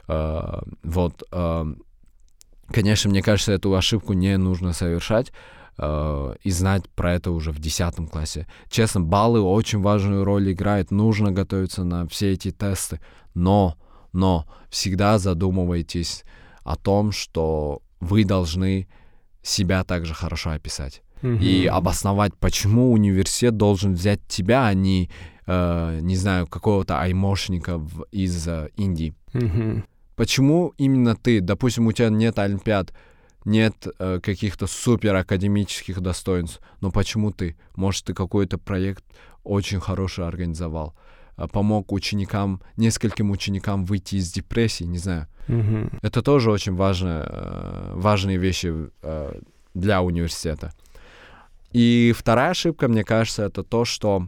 Конечно, мне кажется, эту ошибку не нужно совершать, и знать про это уже в 10 классе. Честно, баллы очень важную роль играют, нужно готовиться на все эти тесты, но всегда задумывайтесь о том, что вы должны себя также хорошо описать и обосновать, почему университет должен взять тебя, а не, не знаю, какого-то аймошника из Индии. Почему именно ты? Допустим, у тебя нет олимпиад, нет каких-то супер академических достоинств, но почему ты? Может, ты какой-то проект очень хороший организовал, помог нескольким ученикам выйти из депрессии, не знаю. Это тоже очень важные вещи для университета. И вторая ошибка, мне кажется, это то, что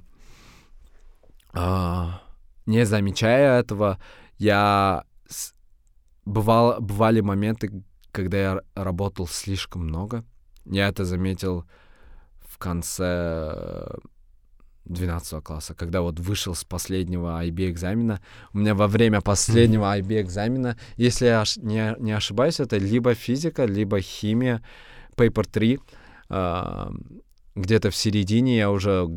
не замечая этого, бывали моменты, когда я работал слишком много. Я это заметил в конце 12 класса, когда вышел с последнего IB-экзамена. У меня во время последнего IB-экзамена, если я не ошибаюсь, это либо физика, либо химия, Paper 3. Где-то в середине я уже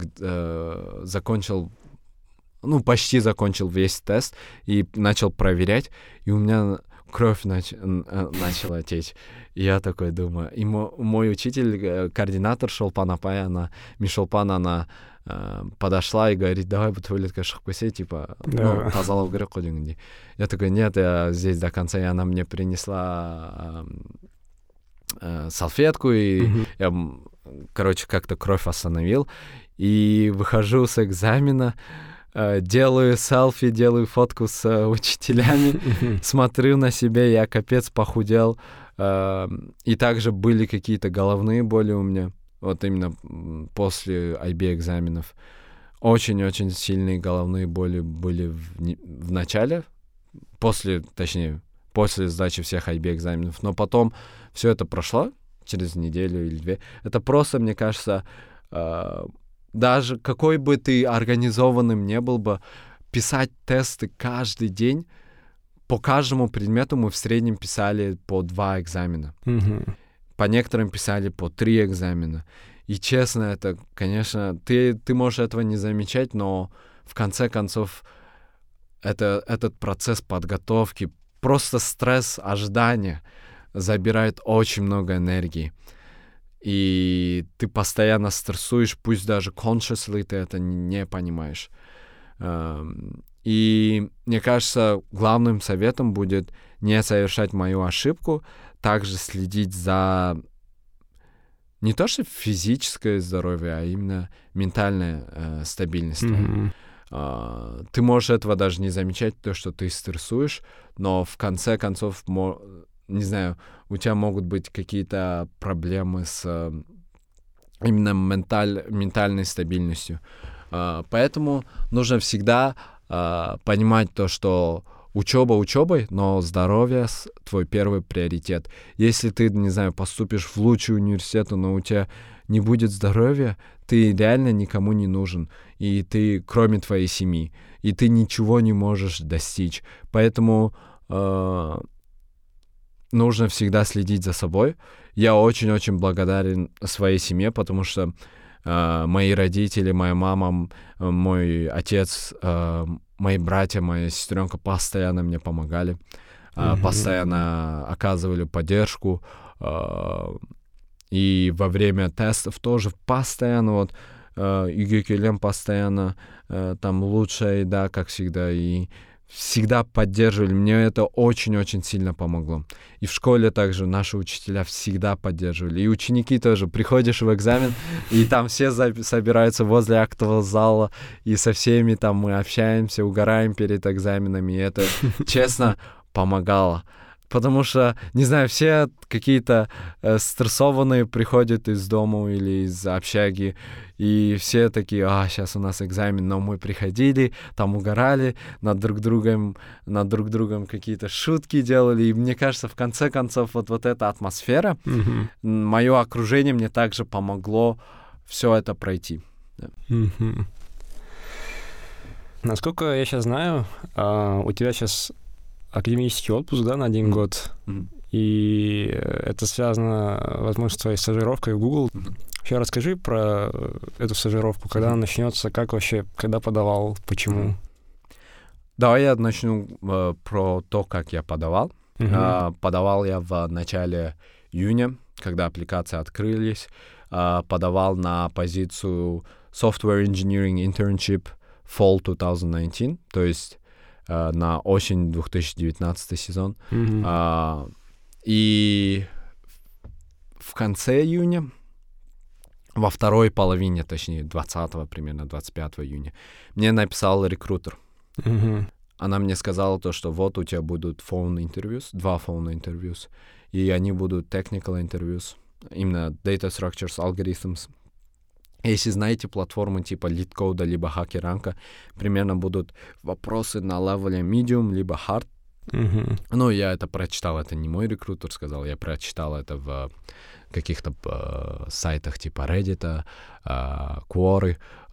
почти закончил весь тест и начал проверять, и у меня кровь начала течь. И я такой думаю. И мой учитель, координатор Шолпан Апай, Мишолпан, она подошла и говорит, давай бутылка шахкусе, типа, тазалау керек қой дегендей. Я такой, нет, я здесь до конца. И она мне принесла салфетку, и я, как-то кровь остановил. И выхожу с экзамена, делаю селфи, делаю фотку с учителями, смотрю на себя, я капец похудел. И также были какие-то головные боли у меня, именно после IB-экзаменов. Очень-очень сильные головные боли были в начале, после сдачи всех IB-экзаменов. Но потом все это прошло через неделю или две. Это просто, мне кажется, даже какой бы ты организованным не был бы, писать тесты каждый день, по каждому предмету мы в среднем писали по 2 экзамена. По некоторым писали по 3 экзамена. И честно, это, конечно, ты можешь этого не замечать, но в конце концов этот процесс подготовки, просто стресс ожидания забирает очень много энергии. И ты постоянно стрессуешь, пусть даже consciously ты это не понимаешь. И мне кажется, главным советом будет не совершать мою ошибку, также следить за не то что физическое здоровье, а именно ментальная стабильность. Ты можешь этого даже не замечать, то, что ты стрессуешь, но в конце концов, не знаю, у тебя могут быть какие-то проблемы с именно ментальной стабильностью. Поэтому нужно всегда понимать то, что учеба учебой, но здоровье твой первый приоритет. Если ты, не знаю, поступишь в лучший университет, но у тебя не будет здоровья, ты реально никому не нужен. И ты, кроме твоей семьи, и ты ничего не можешь достичь. Поэтому нужно всегда следить за собой. Я очень-очень благодарен своей семье, потому что мои родители, моя мама, мой отец, мои братья, моя сестренка постоянно мне помогали, постоянно оказывали поддержку. И во время тестов тоже постоянно, вот, ЮГКЛМ постоянно, там лучшая еда, как всегда, и всегда поддерживали. Мне это очень-очень сильно помогло. И в школе также наши учителя всегда поддерживали. И ученики тоже. Приходишь в экзамен, и там все собираются возле актового зала, и со всеми там мы общаемся, угораем перед экзаменами. И это, честно, помогало. Потому что, не знаю, все какие-то стрессованные приходят из дома или из общаги, и все такие: сейчас у нас экзамен, но мы приходили, там угорали, над друг другом какие-то шутки делали, и мне кажется, в конце концов, вот эта атмосфера, мое окружение мне также помогло все это пройти. Насколько я сейчас знаю, у тебя сейчас академический отпуск, да, на 1 год, и это связано, возможно, с твоей стажировкой в Google. Вообще расскажи про эту стажировку, когда она начнется, как вообще, когда подавал, почему? Давай я начну про то, как я подавал. Подавал я в начале июня, когда аппликации открылись. Подавал на позицию Software Engineering Internship Fall 2019, то есть на осень 2019 сезон. И в конце июня, во второй половине, точнее, 20-го, примерно 25 июня, мне написал рекрутер. Она мне сказала то, что вот у тебя будут phone-interviews, 2 phone-interviews, и они будут technical interviews, именно data structures, algorithms. Если знаете платформы типа LeetCode либо HackerRank, примерно будут вопросы на левеле medium либо hard. Ну, я это прочитал, это не мой рекрутер сказал, я прочитал это в каких-то сайтах типа Reddit, Quora.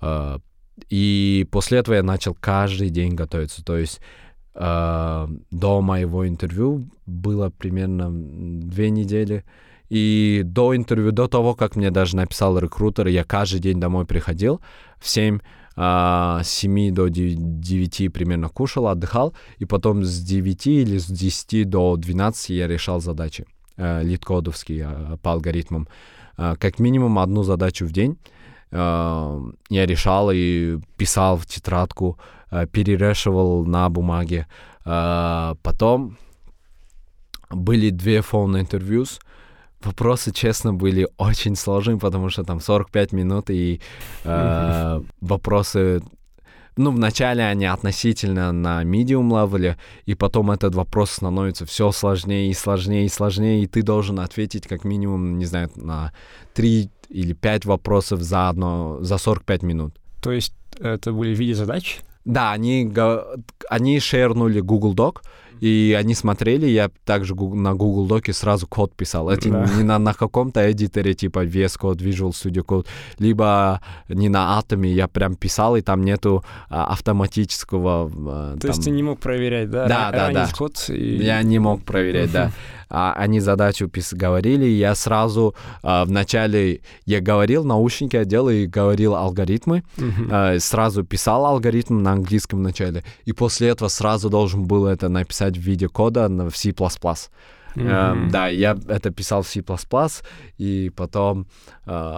И после этого я начал каждый день готовиться. То есть до моего интервью было примерно 2 недели. И до интервью, до того, как мне даже написал рекрутер, я каждый день домой приходил, в 7 до 9 примерно кушал, отдыхал, и потом с 9 или с 10 до 12 я решал задачи лид-кодовские по алгоритмам. Как минимум 1 задачу в день я решал и писал в тетрадку, перерешивал на бумаге. Потом были 2 phone-интервью. Вопросы, честно, были очень сложные, потому что там 45 минут, и вопросы... Ну, вначале они относительно на medium level, и потом этот вопрос становится все сложнее и сложнее и сложнее, и ты должен ответить как минимум, не знаю, на 3 или 5 вопросов за 45 минут. То есть это были в виде задач? Да, они шернули Google Doc, и они смотрели, я также на Google Doc сразу код писал. Это не на каком-то эдиторе типа VS Code, Visual Studio Code, либо не на Atom, я прям писал, и там нету автоматического... То есть ты не мог проверять, да? Да. Код Я не мог проверять, да. Они задачу говорили, и я сразу вначале я говорил, наушники одел и говорил алгоритмы, сразу писал алгоритм на английском вначале, и после этого сразу должен был это написать в виде кода в C++. Да, я это писал в C++, и потом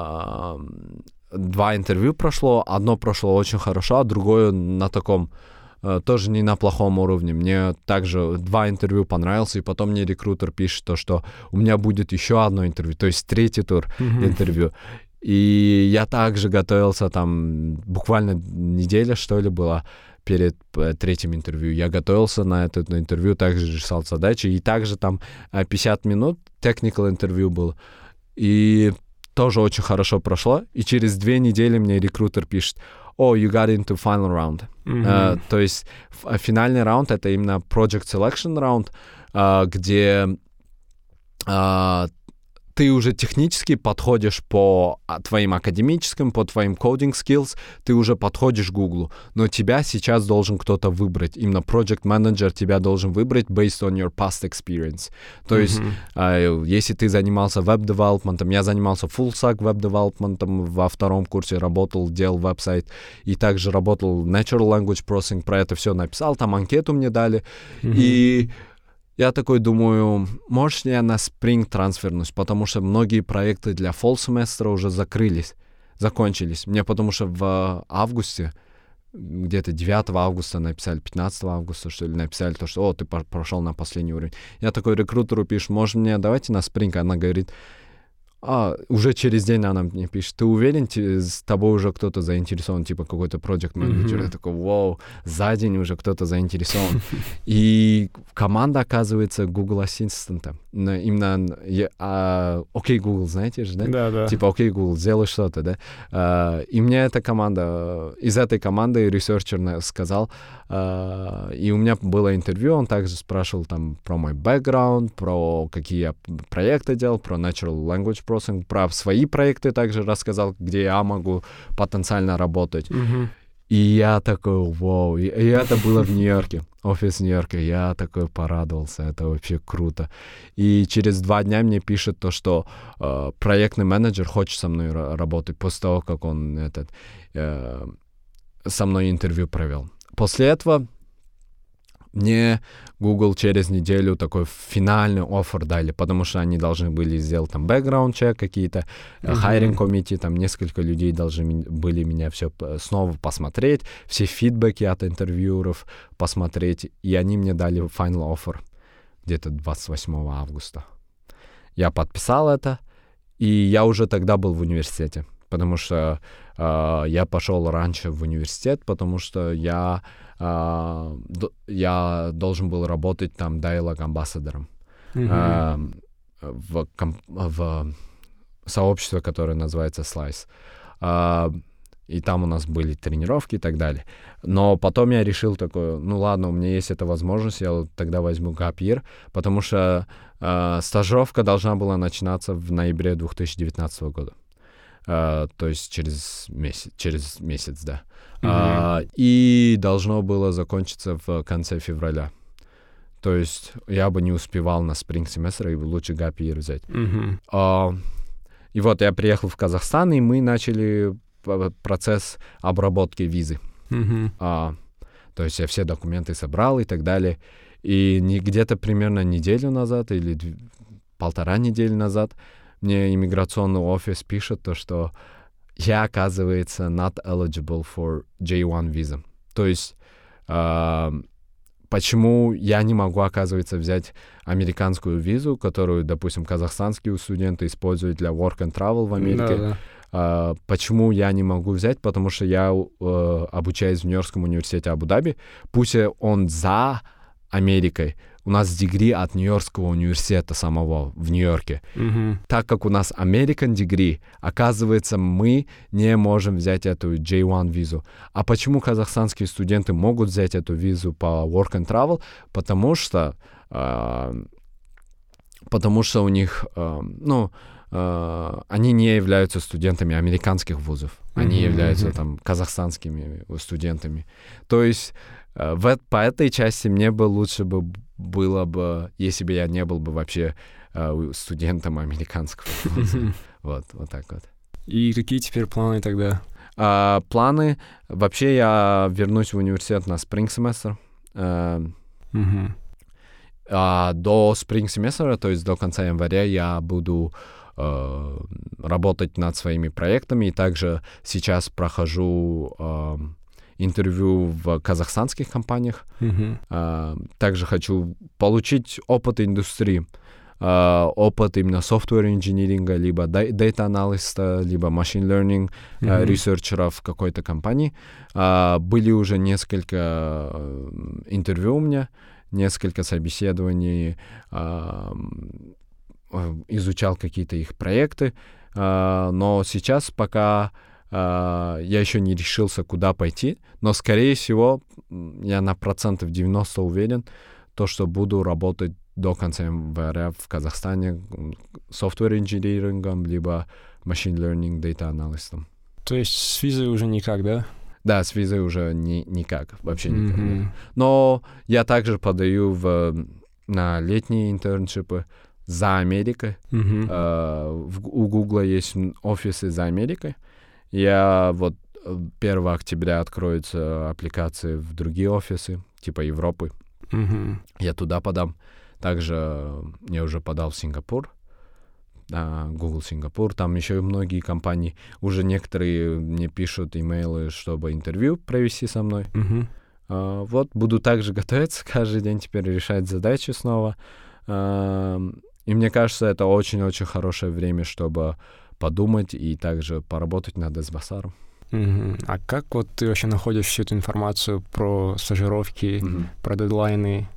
2 интервью прошло, одно прошло очень хорошо, а другое на таком тоже не на плохом уровне. Мне также 2 интервью понравилось, и потом мне рекрутер пишет то, что у меня будет еще одно интервью, то есть 3-й тур интервью. И я также готовился там, буквально неделя, что ли, была перед 3-м интервью. Я готовился на это интервью, также решал задачи, и также там 50 минут technical интервью было. И тоже очень хорошо прошло, и через 2 недели мне рекрутер пишет: you got into final round. То есть финальный раунд — это именно project selection раунд, где ты уже технически подходишь по твоим академическим, по твоим coding skills, ты уже подходишь к Google, но тебя сейчас должен кто-то выбрать. Именно project manager тебя должен выбрать based on your past experience. То есть, если ты занимался веб-девелопментом, я занимался full-stack веб-девелопментом во 2-м курсе, работал, делал веб-сайт, и также работал natural language processing, про это все написал, там анкету мне дали, и я такой думаю, можешь ли я на Spring трансфернусь, потому что многие проекты для fall семестра уже закончились. Мне потому что в августе, где-то 9 августа написали, 15 августа, что ли, написали то, что ты прошел на последний уровень. Я такой рекрутеру пишу: может, мне давайте на Spring? Она говорит, уже через день она мне пишет: ты уверен, с тобой уже кто-то заинтересован, типа какой-то project manager? Я такой: вау, за день уже кто-то заинтересован. И команда, оказывается, Google Assistant. Именно окей, Google, знаете же, да? Да. Типа окей, Google, сделай что-то, да? И мне эта команда, из этой команды ресерчер сказал, и у меня было интервью, он также спрашивал там про мой бэкграунд, про какие я проекты делал, про natural language processing, про свои проекты также рассказал, где я могу потенциально работать. И я такой: вау, и это было в Нью-Йорке, офис Нью-Йорка, я такой порадовался, это вообще круто. И через 2 дня мне пишет то, что проектный менеджер хочет со мной работать, после того, как он со мной интервью провел. После этого мне Google через неделю такой финальный оффер дали, потому что они должны были сделать там background-чек какие-то, hiring committee, там несколько людей должны были меня все снова посмотреть, все фидбэки от интервьюеров посмотреть, и они мне дали final offer где-то 28 августа. Я подписал это, и я уже тогда был в университете, потому что я пошел раньше в университет, потому что я должен был работать там диалог-амбассадором в сообществе, которое называется Slice. И там у нас были тренировки и так далее. Но потом я решил такой: ну ладно, у меня есть эта возможность, я тогда возьму gap year, потому что стажировка должна была начинаться в ноябре 2019 года. То есть через месяц, да. И должно было закончиться в конце февраля. То есть я бы не успевал на спринг-семестр, и лучше gap year взять. И вот я приехал в Казахстан, и мы начали процесс обработки визы. То есть я все документы собрал и так далее. И где-то примерно неделю назад или 1,5 недели назад мне иммиграционный офис пишет то, что я, оказывается, not eligible for J1 visa. То есть почему я не могу, оказывается, взять американскую визу, которую, допустим, казахстанские студенты используют для work and travel в Америке. Почему я не могу взять? Потому что я обучаюсь в Нью-Йоркском университете Абу-Даби. Пусть он за Америкой, у нас дегри от Нью-Йоркского университета самого в Нью-Йорке. Так как у нас American degree, оказывается, мы не можем взять эту J1 визу. А почему казахстанские студенты могут взять эту визу по work and travel? Потому что у них, они не являются студентами американских вузов. Они являются там казахстанскими студентами. То есть по этой части мне бы лучше было бы, если бы я не был бы вообще студентом американского вуза. Вот так вот. И какие теперь планы тогда? Планы? Вообще я вернусь в университет на спринг-семестр. До спринг-семестра, то есть до конца января, я буду работать над своими проектами. И также сейчас прохожу интервью в казахстанских компаниях. Также хочу получить опыт индустрии, опыт именно софтвер-инжиниринга, либо дата-аналиста, либо machine learning ресерчеров в какой-то компании. Были уже несколько интервью у меня, несколько собеседований, изучал какие-то их проекты, но сейчас пока я еще не решился, куда пойти, но, скорее всего, я на 90% уверен, что буду работать до конца января в Казахстане софтвер-инжинирингом, либо machine learning, data-аналистом. То есть с визой уже никак, да? Да, с визой уже никак, вообще никак. Но я также подаю на летние интерншипы за Америкой. У Гугла есть офисы за Америкой. Я 1 октября откроются аппликации в другие офисы, типа Европы. Я туда подам. Также я уже подал в Сингапур, Google Сингапур. Там еще и многие компании, уже некоторые мне пишут имейлы, чтобы интервью провести со мной. Буду также готовиться каждый день, теперь решать задачи снова. И мне кажется, это очень-очень хорошее время, чтобы подумать и также поработать над S-Bazaar. А как ты вообще находишь всю эту информацию про стажировки, про дедлайны?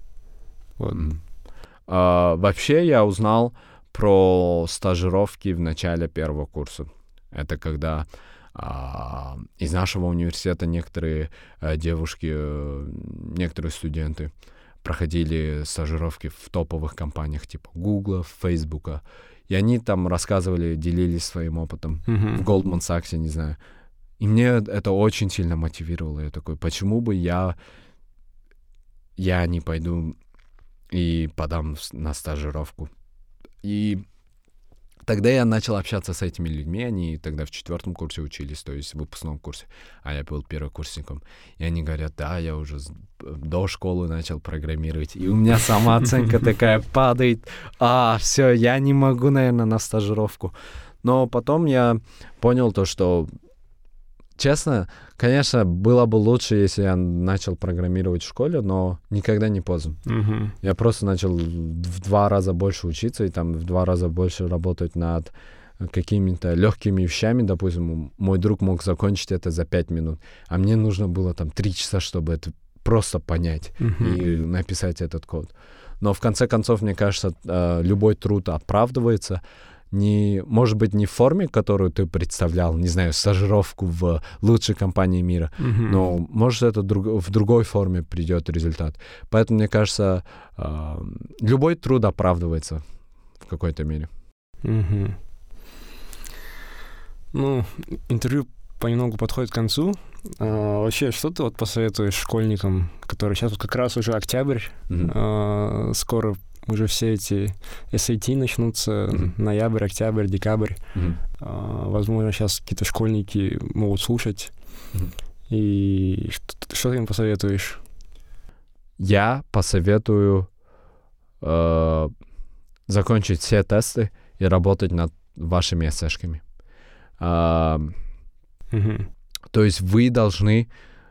Вообще я узнал про стажировки в начале 1 курса. Это когда из нашего университета некоторые девушки, некоторые студенты проходили стажировки в топовых компаниях типа Google, Facebook. И они там рассказывали, делились своим опытом. В Goldman Sachs, не знаю. И мне это очень сильно мотивировало. Я такой, почему бы я не пойду и подам на стажировку. И тогда я начал общаться с этими людьми. Они тогда в 4 курсе учились, то есть в выпускном курсе. А я был первокурсником. И они говорят, да, я уже до школы начал программировать. И у меня самооценка такая падает. Все, я не могу, наверное, на стажировку. Но потом я понял что... Честно, конечно, было бы лучше, если я начал программировать в школе, но никогда не поздно. Я просто начал в 2 раза больше учиться и там в 2 раза больше работать над какими-то легкими вещами. Допустим, мой друг мог закончить это за 5 минут, а мне нужно было там 3 часа, чтобы это просто понять и написать этот код. Но в конце концов, мне кажется, любой труд оправдывается. Может быть, не в форме, которую ты представлял, не знаю, стажировку в лучшей компании мира, но, может, это в другой форме придет результат. Поэтому, мне кажется, любой труд оправдывается в какой-то мере. Интервью понемногу подходит к концу. Вообще, что ты посоветуешь школьникам, которые сейчас как раз уже октябрь, скоро уже все эти SAT начнутся, ноябрь, октябрь, декабрь. Возможно, сейчас какие-то школьники могут слушать. И что ты им посоветуешь? Я посоветую закончить все тесты и работать над вашими эссешками. То есть вы должны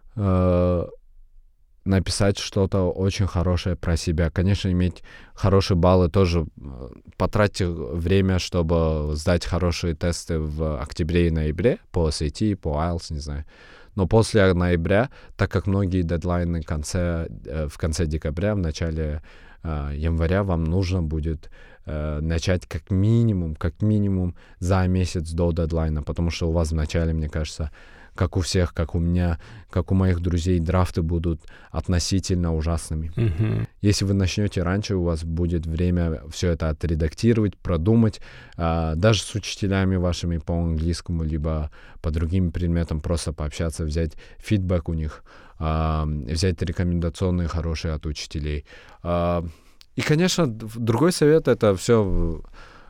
написать что-то очень хорошее про себя. Конечно, иметь хорошие баллы тоже. Потратьте время, чтобы сдать хорошие тесты в октябре и ноябре по SAT, по IELTS, не знаю. Но после ноября, так как многие дедлайны в конце декабря, в начале января, вам нужно будет начать как минимум за месяц до дедлайна, потому что у вас в начале, мне кажется, как у всех, как у меня, как у моих друзей, драфты будут относительно ужасными. Если вы начнете раньше, у вас будет время все это отредактировать, продумать, даже с учителями вашими по английскому, либо по другим предметам просто пообщаться, взять фидбэк у них, взять рекомендационные хорошие от учителей. И, конечно, другой совет — это все...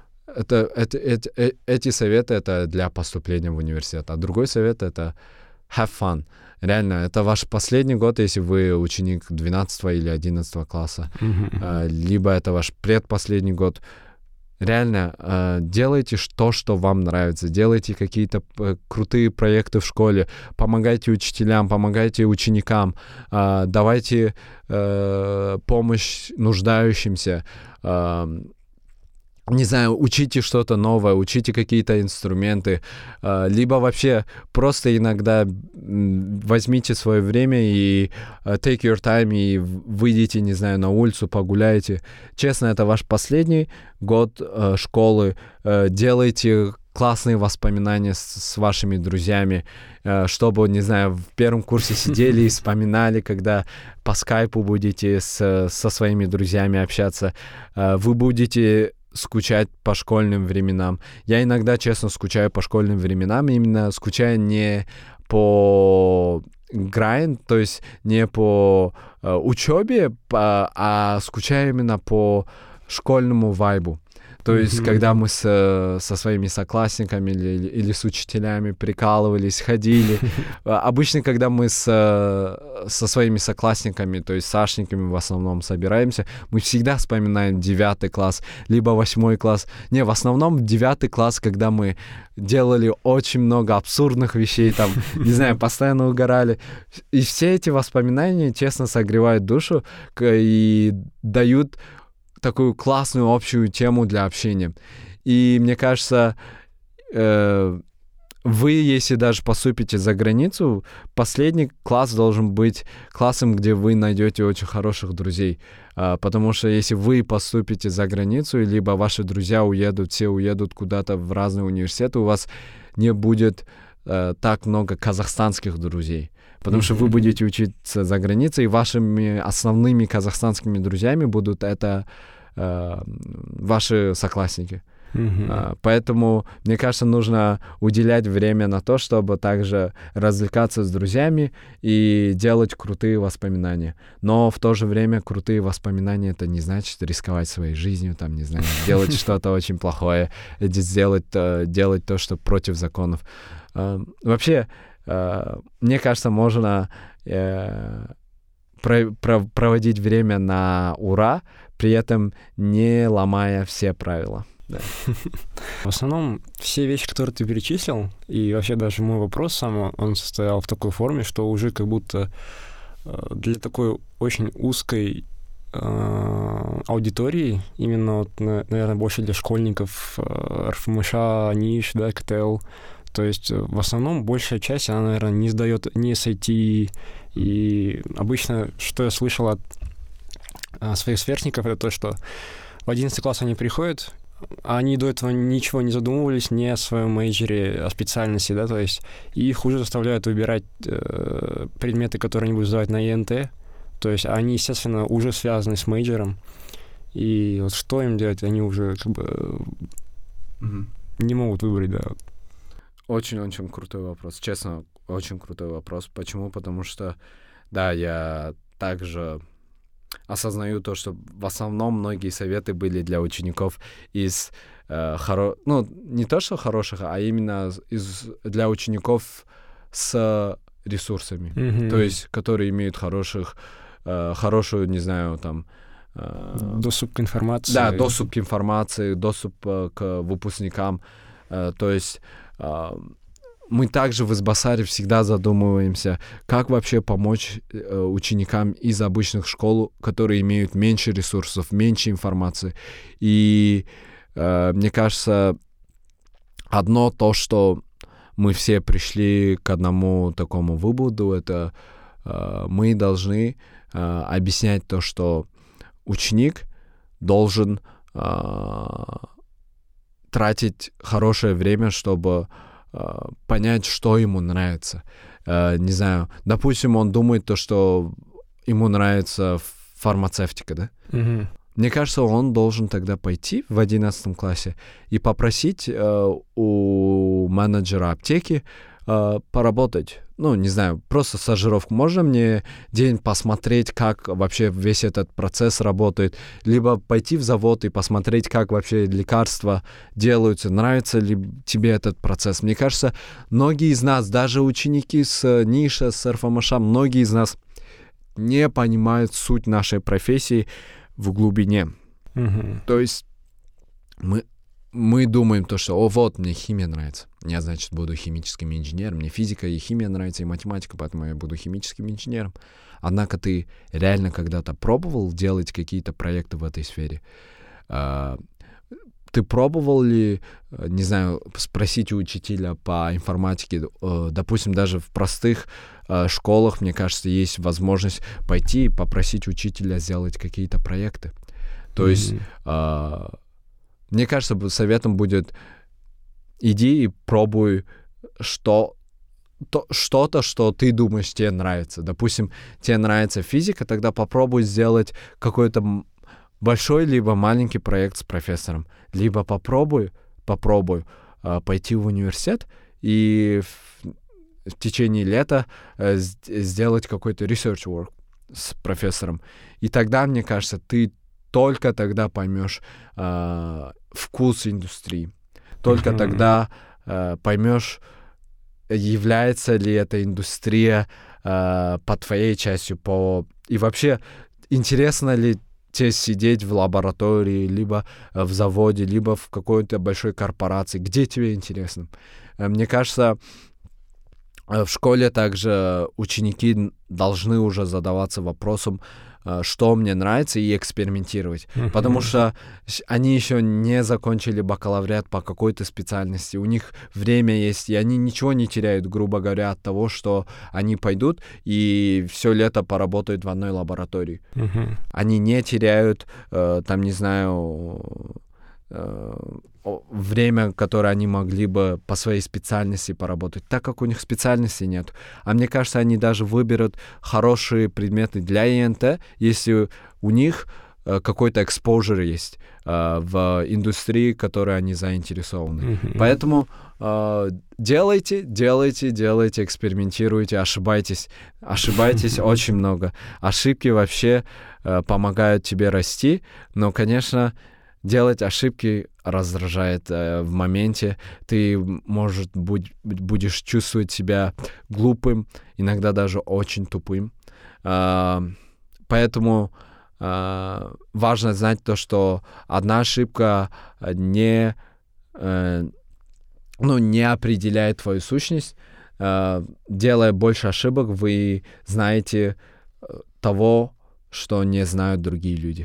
Эти советы — это для поступления в университет. А другой совет — это have fun. Реально, это ваш последний год, если вы ученик 12 или 11 класса. Либо это ваш предпоследний год. реально делайте то, что вам нравится, делайте какие-то крутые проекты в школе, помогайте учителям, помогайте ученикам, давайте помощь нуждающимся, не знаю, учите что-то новое, учите какие-то инструменты, либо вообще просто иногда возьмите свое время и take your time и выйдите, не знаю, на улицу, погуляйте. Честно, это ваш последний год школы. Делайте классные воспоминания с вашими друзьями, чтобы, не знаю, в первом курсе сидели и вспоминали, когда по скайпу будете со своими друзьями общаться. Вы будете скучать по школьным временам. Я иногда, честно, скучаю по школьным временам, именно скучаю не по grind, то есть не по учебе, а скучаю именно по школьному вайбу. То есть, когда мы со своими соклассниками или с учителями прикалывались, ходили. Обычно, когда мы со своими соклассниками, то есть сашниками в основном собираемся, мы всегда вспоминаем 9 класс, либо 8 класс. Не, в основном 9 класс, когда мы делали очень много абсурдных вещей, там, не знаю, постоянно угорали. И все эти воспоминания, честно, согревают душу и дают такую классную общую тему для общения. И мне кажется, вы, если даже поступите за границу, последний класс должен быть классом, где вы найдете очень хороших друзей. Потому что если вы поступите за границу, либо ваши друзья все уедут куда-то в разные университеты, у вас не будет так много казахстанских друзей. Потому что вы будете учиться за границей, и вашими основными казахстанскими друзьями будут ваши соклассники. Поэтому, мне кажется, нужно уделять время на то, чтобы также развлекаться с друзьями и делать крутые воспоминания. Но в то же время крутые воспоминания — это не значит рисковать своей жизнью, там, не знаю, делать что-то очень плохое, делать то, что против законов. Вообще, мне кажется, можно проводить время на ура, при этом не ломая все правила. Да. В основном все вещи, которые ты перечислил, и вообще даже мой вопрос сам, он состоял в такой форме, что уже как будто для такой очень узкой аудитории, именно, вот, наверное, больше для школьников, РФМШ, НИШ, да, КТЛ, то есть в основном большая часть, она, наверное, не сдает ни SAT, и обычно, что я слышал от своих сверстников, это то, что в 11 класс они приходят, а они до этого ничего не задумывались, ни о своем мейджоре, о специальности, да, то есть их уже заставляют выбирать предметы, которые они будут сдавать на ЕНТ, то есть они, естественно, уже связаны с мейджором, и вот что им делать, они уже как бы не могут выбрать, да. Очень-очень крутой вопрос, честно, очень крутой вопрос. Почему? Потому что, да, я также осознаю то, что в основном многие советы были для учеников из не то что хороших, а именно для учеников с ресурсами, то есть которые имеют хорошую, не знаю, там... доступ к информации. Да, доступ к информации, доступ к выпускникам. То есть мы также в Избасаре всегда задумываемся, как вообще помочь ученикам из обычных школ, которые имеют меньше ресурсов, меньше информации. И мне кажется, одно то, что мы все пришли к одному такому выводу, это мы должны объяснять то, что ученик должен тратить хорошее время, чтобы понять, что ему нравится. Не знаю, допустим, он думает то, что ему нравится фармацевтика, да? Мне кажется, он должен тогда пойти в 11 классе и попросить у менеджера аптеки поработать. Ну, не знаю, просто стажировку. Можно мне день посмотреть, как вообще весь этот процесс работает? Либо пойти в завод и посмотреть, как вообще лекарства делаются? Нравится ли тебе этот процесс? Мне кажется, многие из нас, даже ученики с НИШа, с РФМШ, многие из нас не понимают суть нашей профессии в глубине. То есть мы думаем то, что, вот, мне химия нравится, я, значит, буду химическим инженером, мне физика и химия нравится, и математика, поэтому я буду химическим инженером. Однако ты реально когда-то пробовал делать какие-то проекты в этой сфере? Ты пробовал ли, не знаю, спросить у учителя по информатике, допустим, даже в простых школах, мне кажется, есть возможность пойти и попросить учителя сделать какие-то проекты. То есть, мне кажется, советом будет иди и пробуй что-то, что ты думаешь, тебе нравится. Допустим, тебе нравится физика, тогда попробуй сделать какой-то большой либо маленький проект с профессором. Либо попробуй пойти в университет и в течение лета сделать какой-то research work с профессором. И тогда, мне кажется, ты только тогда поймешь вкус индустрии. Только тогда поймешь, является ли эта индустрия по твоей части, и вообще интересно ли тебе сидеть в лаборатории, либо в заводе, либо в какой-то большой корпорации, где тебе интересно. Мне кажется, в школе также ученики должны уже задаваться вопросом, что мне нравится, и экспериментировать. Потому что они еще не закончили бакалавриат по какой-то специальности. У них время есть, и они ничего не теряют, грубо говоря, от того, что они пойдут и все лето поработают в одной лаборатории. Они не теряют, там, не знаю, время, которое они могли бы по своей специальности поработать, так как у них специальности нет. А мне кажется, они даже выберут хорошие предметы для ИНТ, если у них какой-то exposure есть в индустрии, которой они заинтересованы. Поэтому делайте, экспериментируйте, ошибайтесь очень много. Ошибки вообще помогают тебе расти, но, конечно, делать ошибки раздражает в моменте. Ты, может, будешь чувствовать себя глупым, иногда даже очень тупым. Поэтому важно знать то, что одна ошибка не определяет твою сущность. Делая больше ошибок, вы знаете того, что не знают другие люди.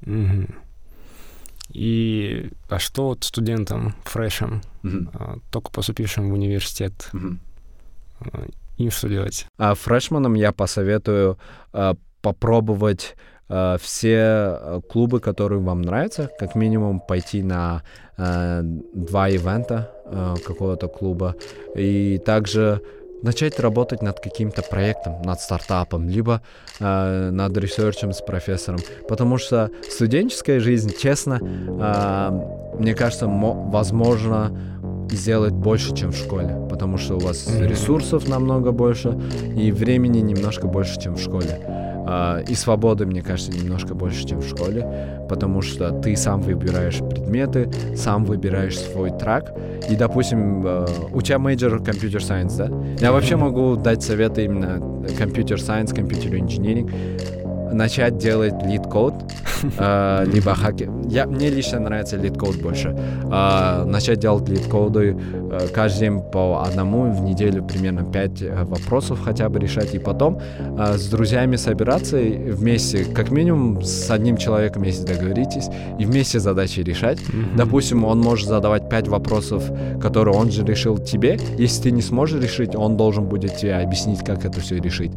А что вот студентам, фрешам, только поступившим в университет, им что делать? Фрешманам я посоветую попробовать все клубы, которые вам нравятся, как минимум пойти на 2 ивента какого-то клуба, и также начать работать над каким-то проектом, над стартапом, либо над ресерчем с профессором. Потому что студенческая жизнь, честно, мне кажется, возможно сделать больше, чем в школе. Потому что у вас ресурсов намного больше, и времени немножко больше, чем в школе. И свободы, мне кажется, немножко больше, чем в школе, потому что ты сам выбираешь предметы, сам выбираешь свой трек. И, допустим, у тебя мейджор Computer Science, да? Я вообще могу дать советы именно Computer Science, Computer Engineering, начать делать lead-код, либо хакер. Мне лично нравится lead-код больше. Начать делать lead-коды каждый день по одному, в неделю примерно 5 вопросов хотя бы решать, и потом с друзьями собираться вместе, как минимум с одним человеком, если договоритесь, и вместе задачи решать. Допустим, он может задавать 5 вопросов, которые он же решил тебе. Если ты не сможешь решить, он должен будет тебе объяснить, как это все решить.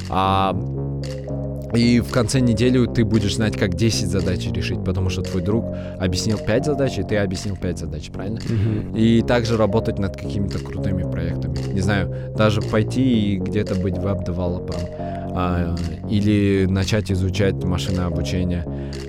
И в конце недели ты будешь знать, как 10 задач решить, потому что твой друг объяснил 5 задач, и ты объяснил 5 задач, правильно? И также работать над какими-то крутыми проектами. Не знаю, даже пойти и где-то быть веб-девелопером, или начать изучать машинное обучение.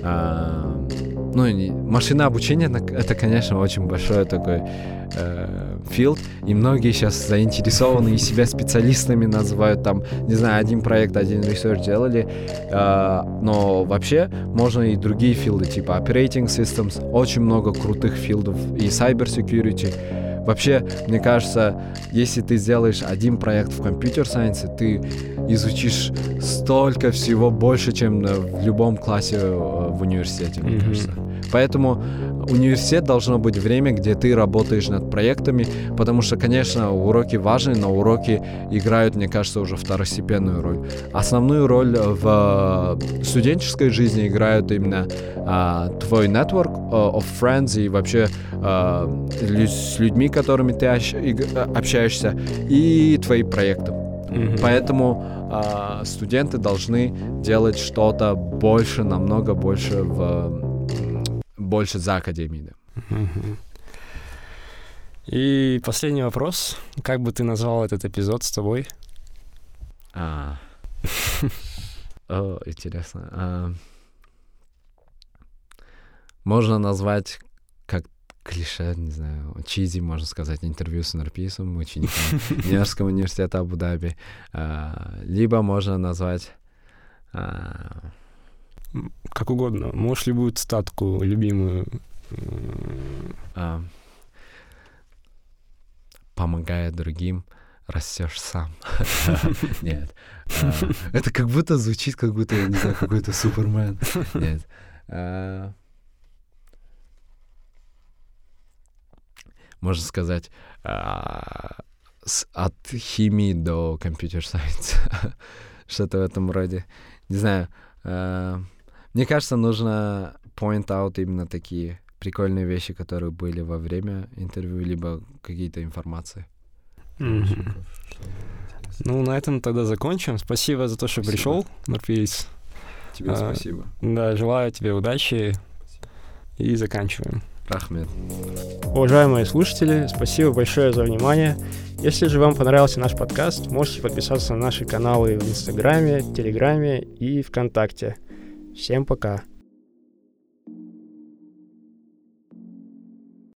Машинное обучение — это, конечно, очень большой такой филд, и многие сейчас заинтересованы и себя специалистами называют, там, не знаю, один проект, один ресерч делали, но вообще можно и другие филды, типа operating systems, очень много крутых филдов, и cyber security. Вообще, мне кажется, если ты сделаешь один проект в Computer Science, ты изучишь столько всего больше, чем в любом классе в университете, мне кажется. Поэтому университет должно быть время, где ты работаешь над проектами, потому что, конечно, уроки важны, но уроки играют, мне кажется, уже второстепенную роль. Основную роль в студенческой жизни играют именно твой network of friends и вообще с людьми, с которыми ты общаешься, и твои проекты. Поэтому студенты должны делать что-то больше, намного больше больше за академией. Да. И последний вопрос. Как бы ты назвал этот эпизод с тобой? Интересно. Можно назвать как клише, не знаю, чизи, можно сказать, интервью с Нурписом, учеником Нью-Йоркского университета Абу-Даби. Либо можно назвать... Как угодно. Можешь любую цитатку любимую. Помогая другим, растешь сам. Нет. Это как будто звучит, как будто, я не знаю, какой-то супермен. Нет. Можно сказать, от химии до компьютер-сайенса. Что-то в этом роде. Не знаю. Мне кажется, нужно point out именно такие прикольные вещи, которые были во время интервью, либо какие-то информации. Ну, на этом тогда закончим. Спасибо за то, что пришел, Нурпис. Тебе спасибо. Да, желаю тебе удачи. И заканчиваем. Рахмет. Уважаемые слушатели, спасибо большое за внимание. Если же вам понравился наш подкаст, можете подписаться на наши каналы в Инстаграме, Телеграме и ВКонтакте. Всем пока.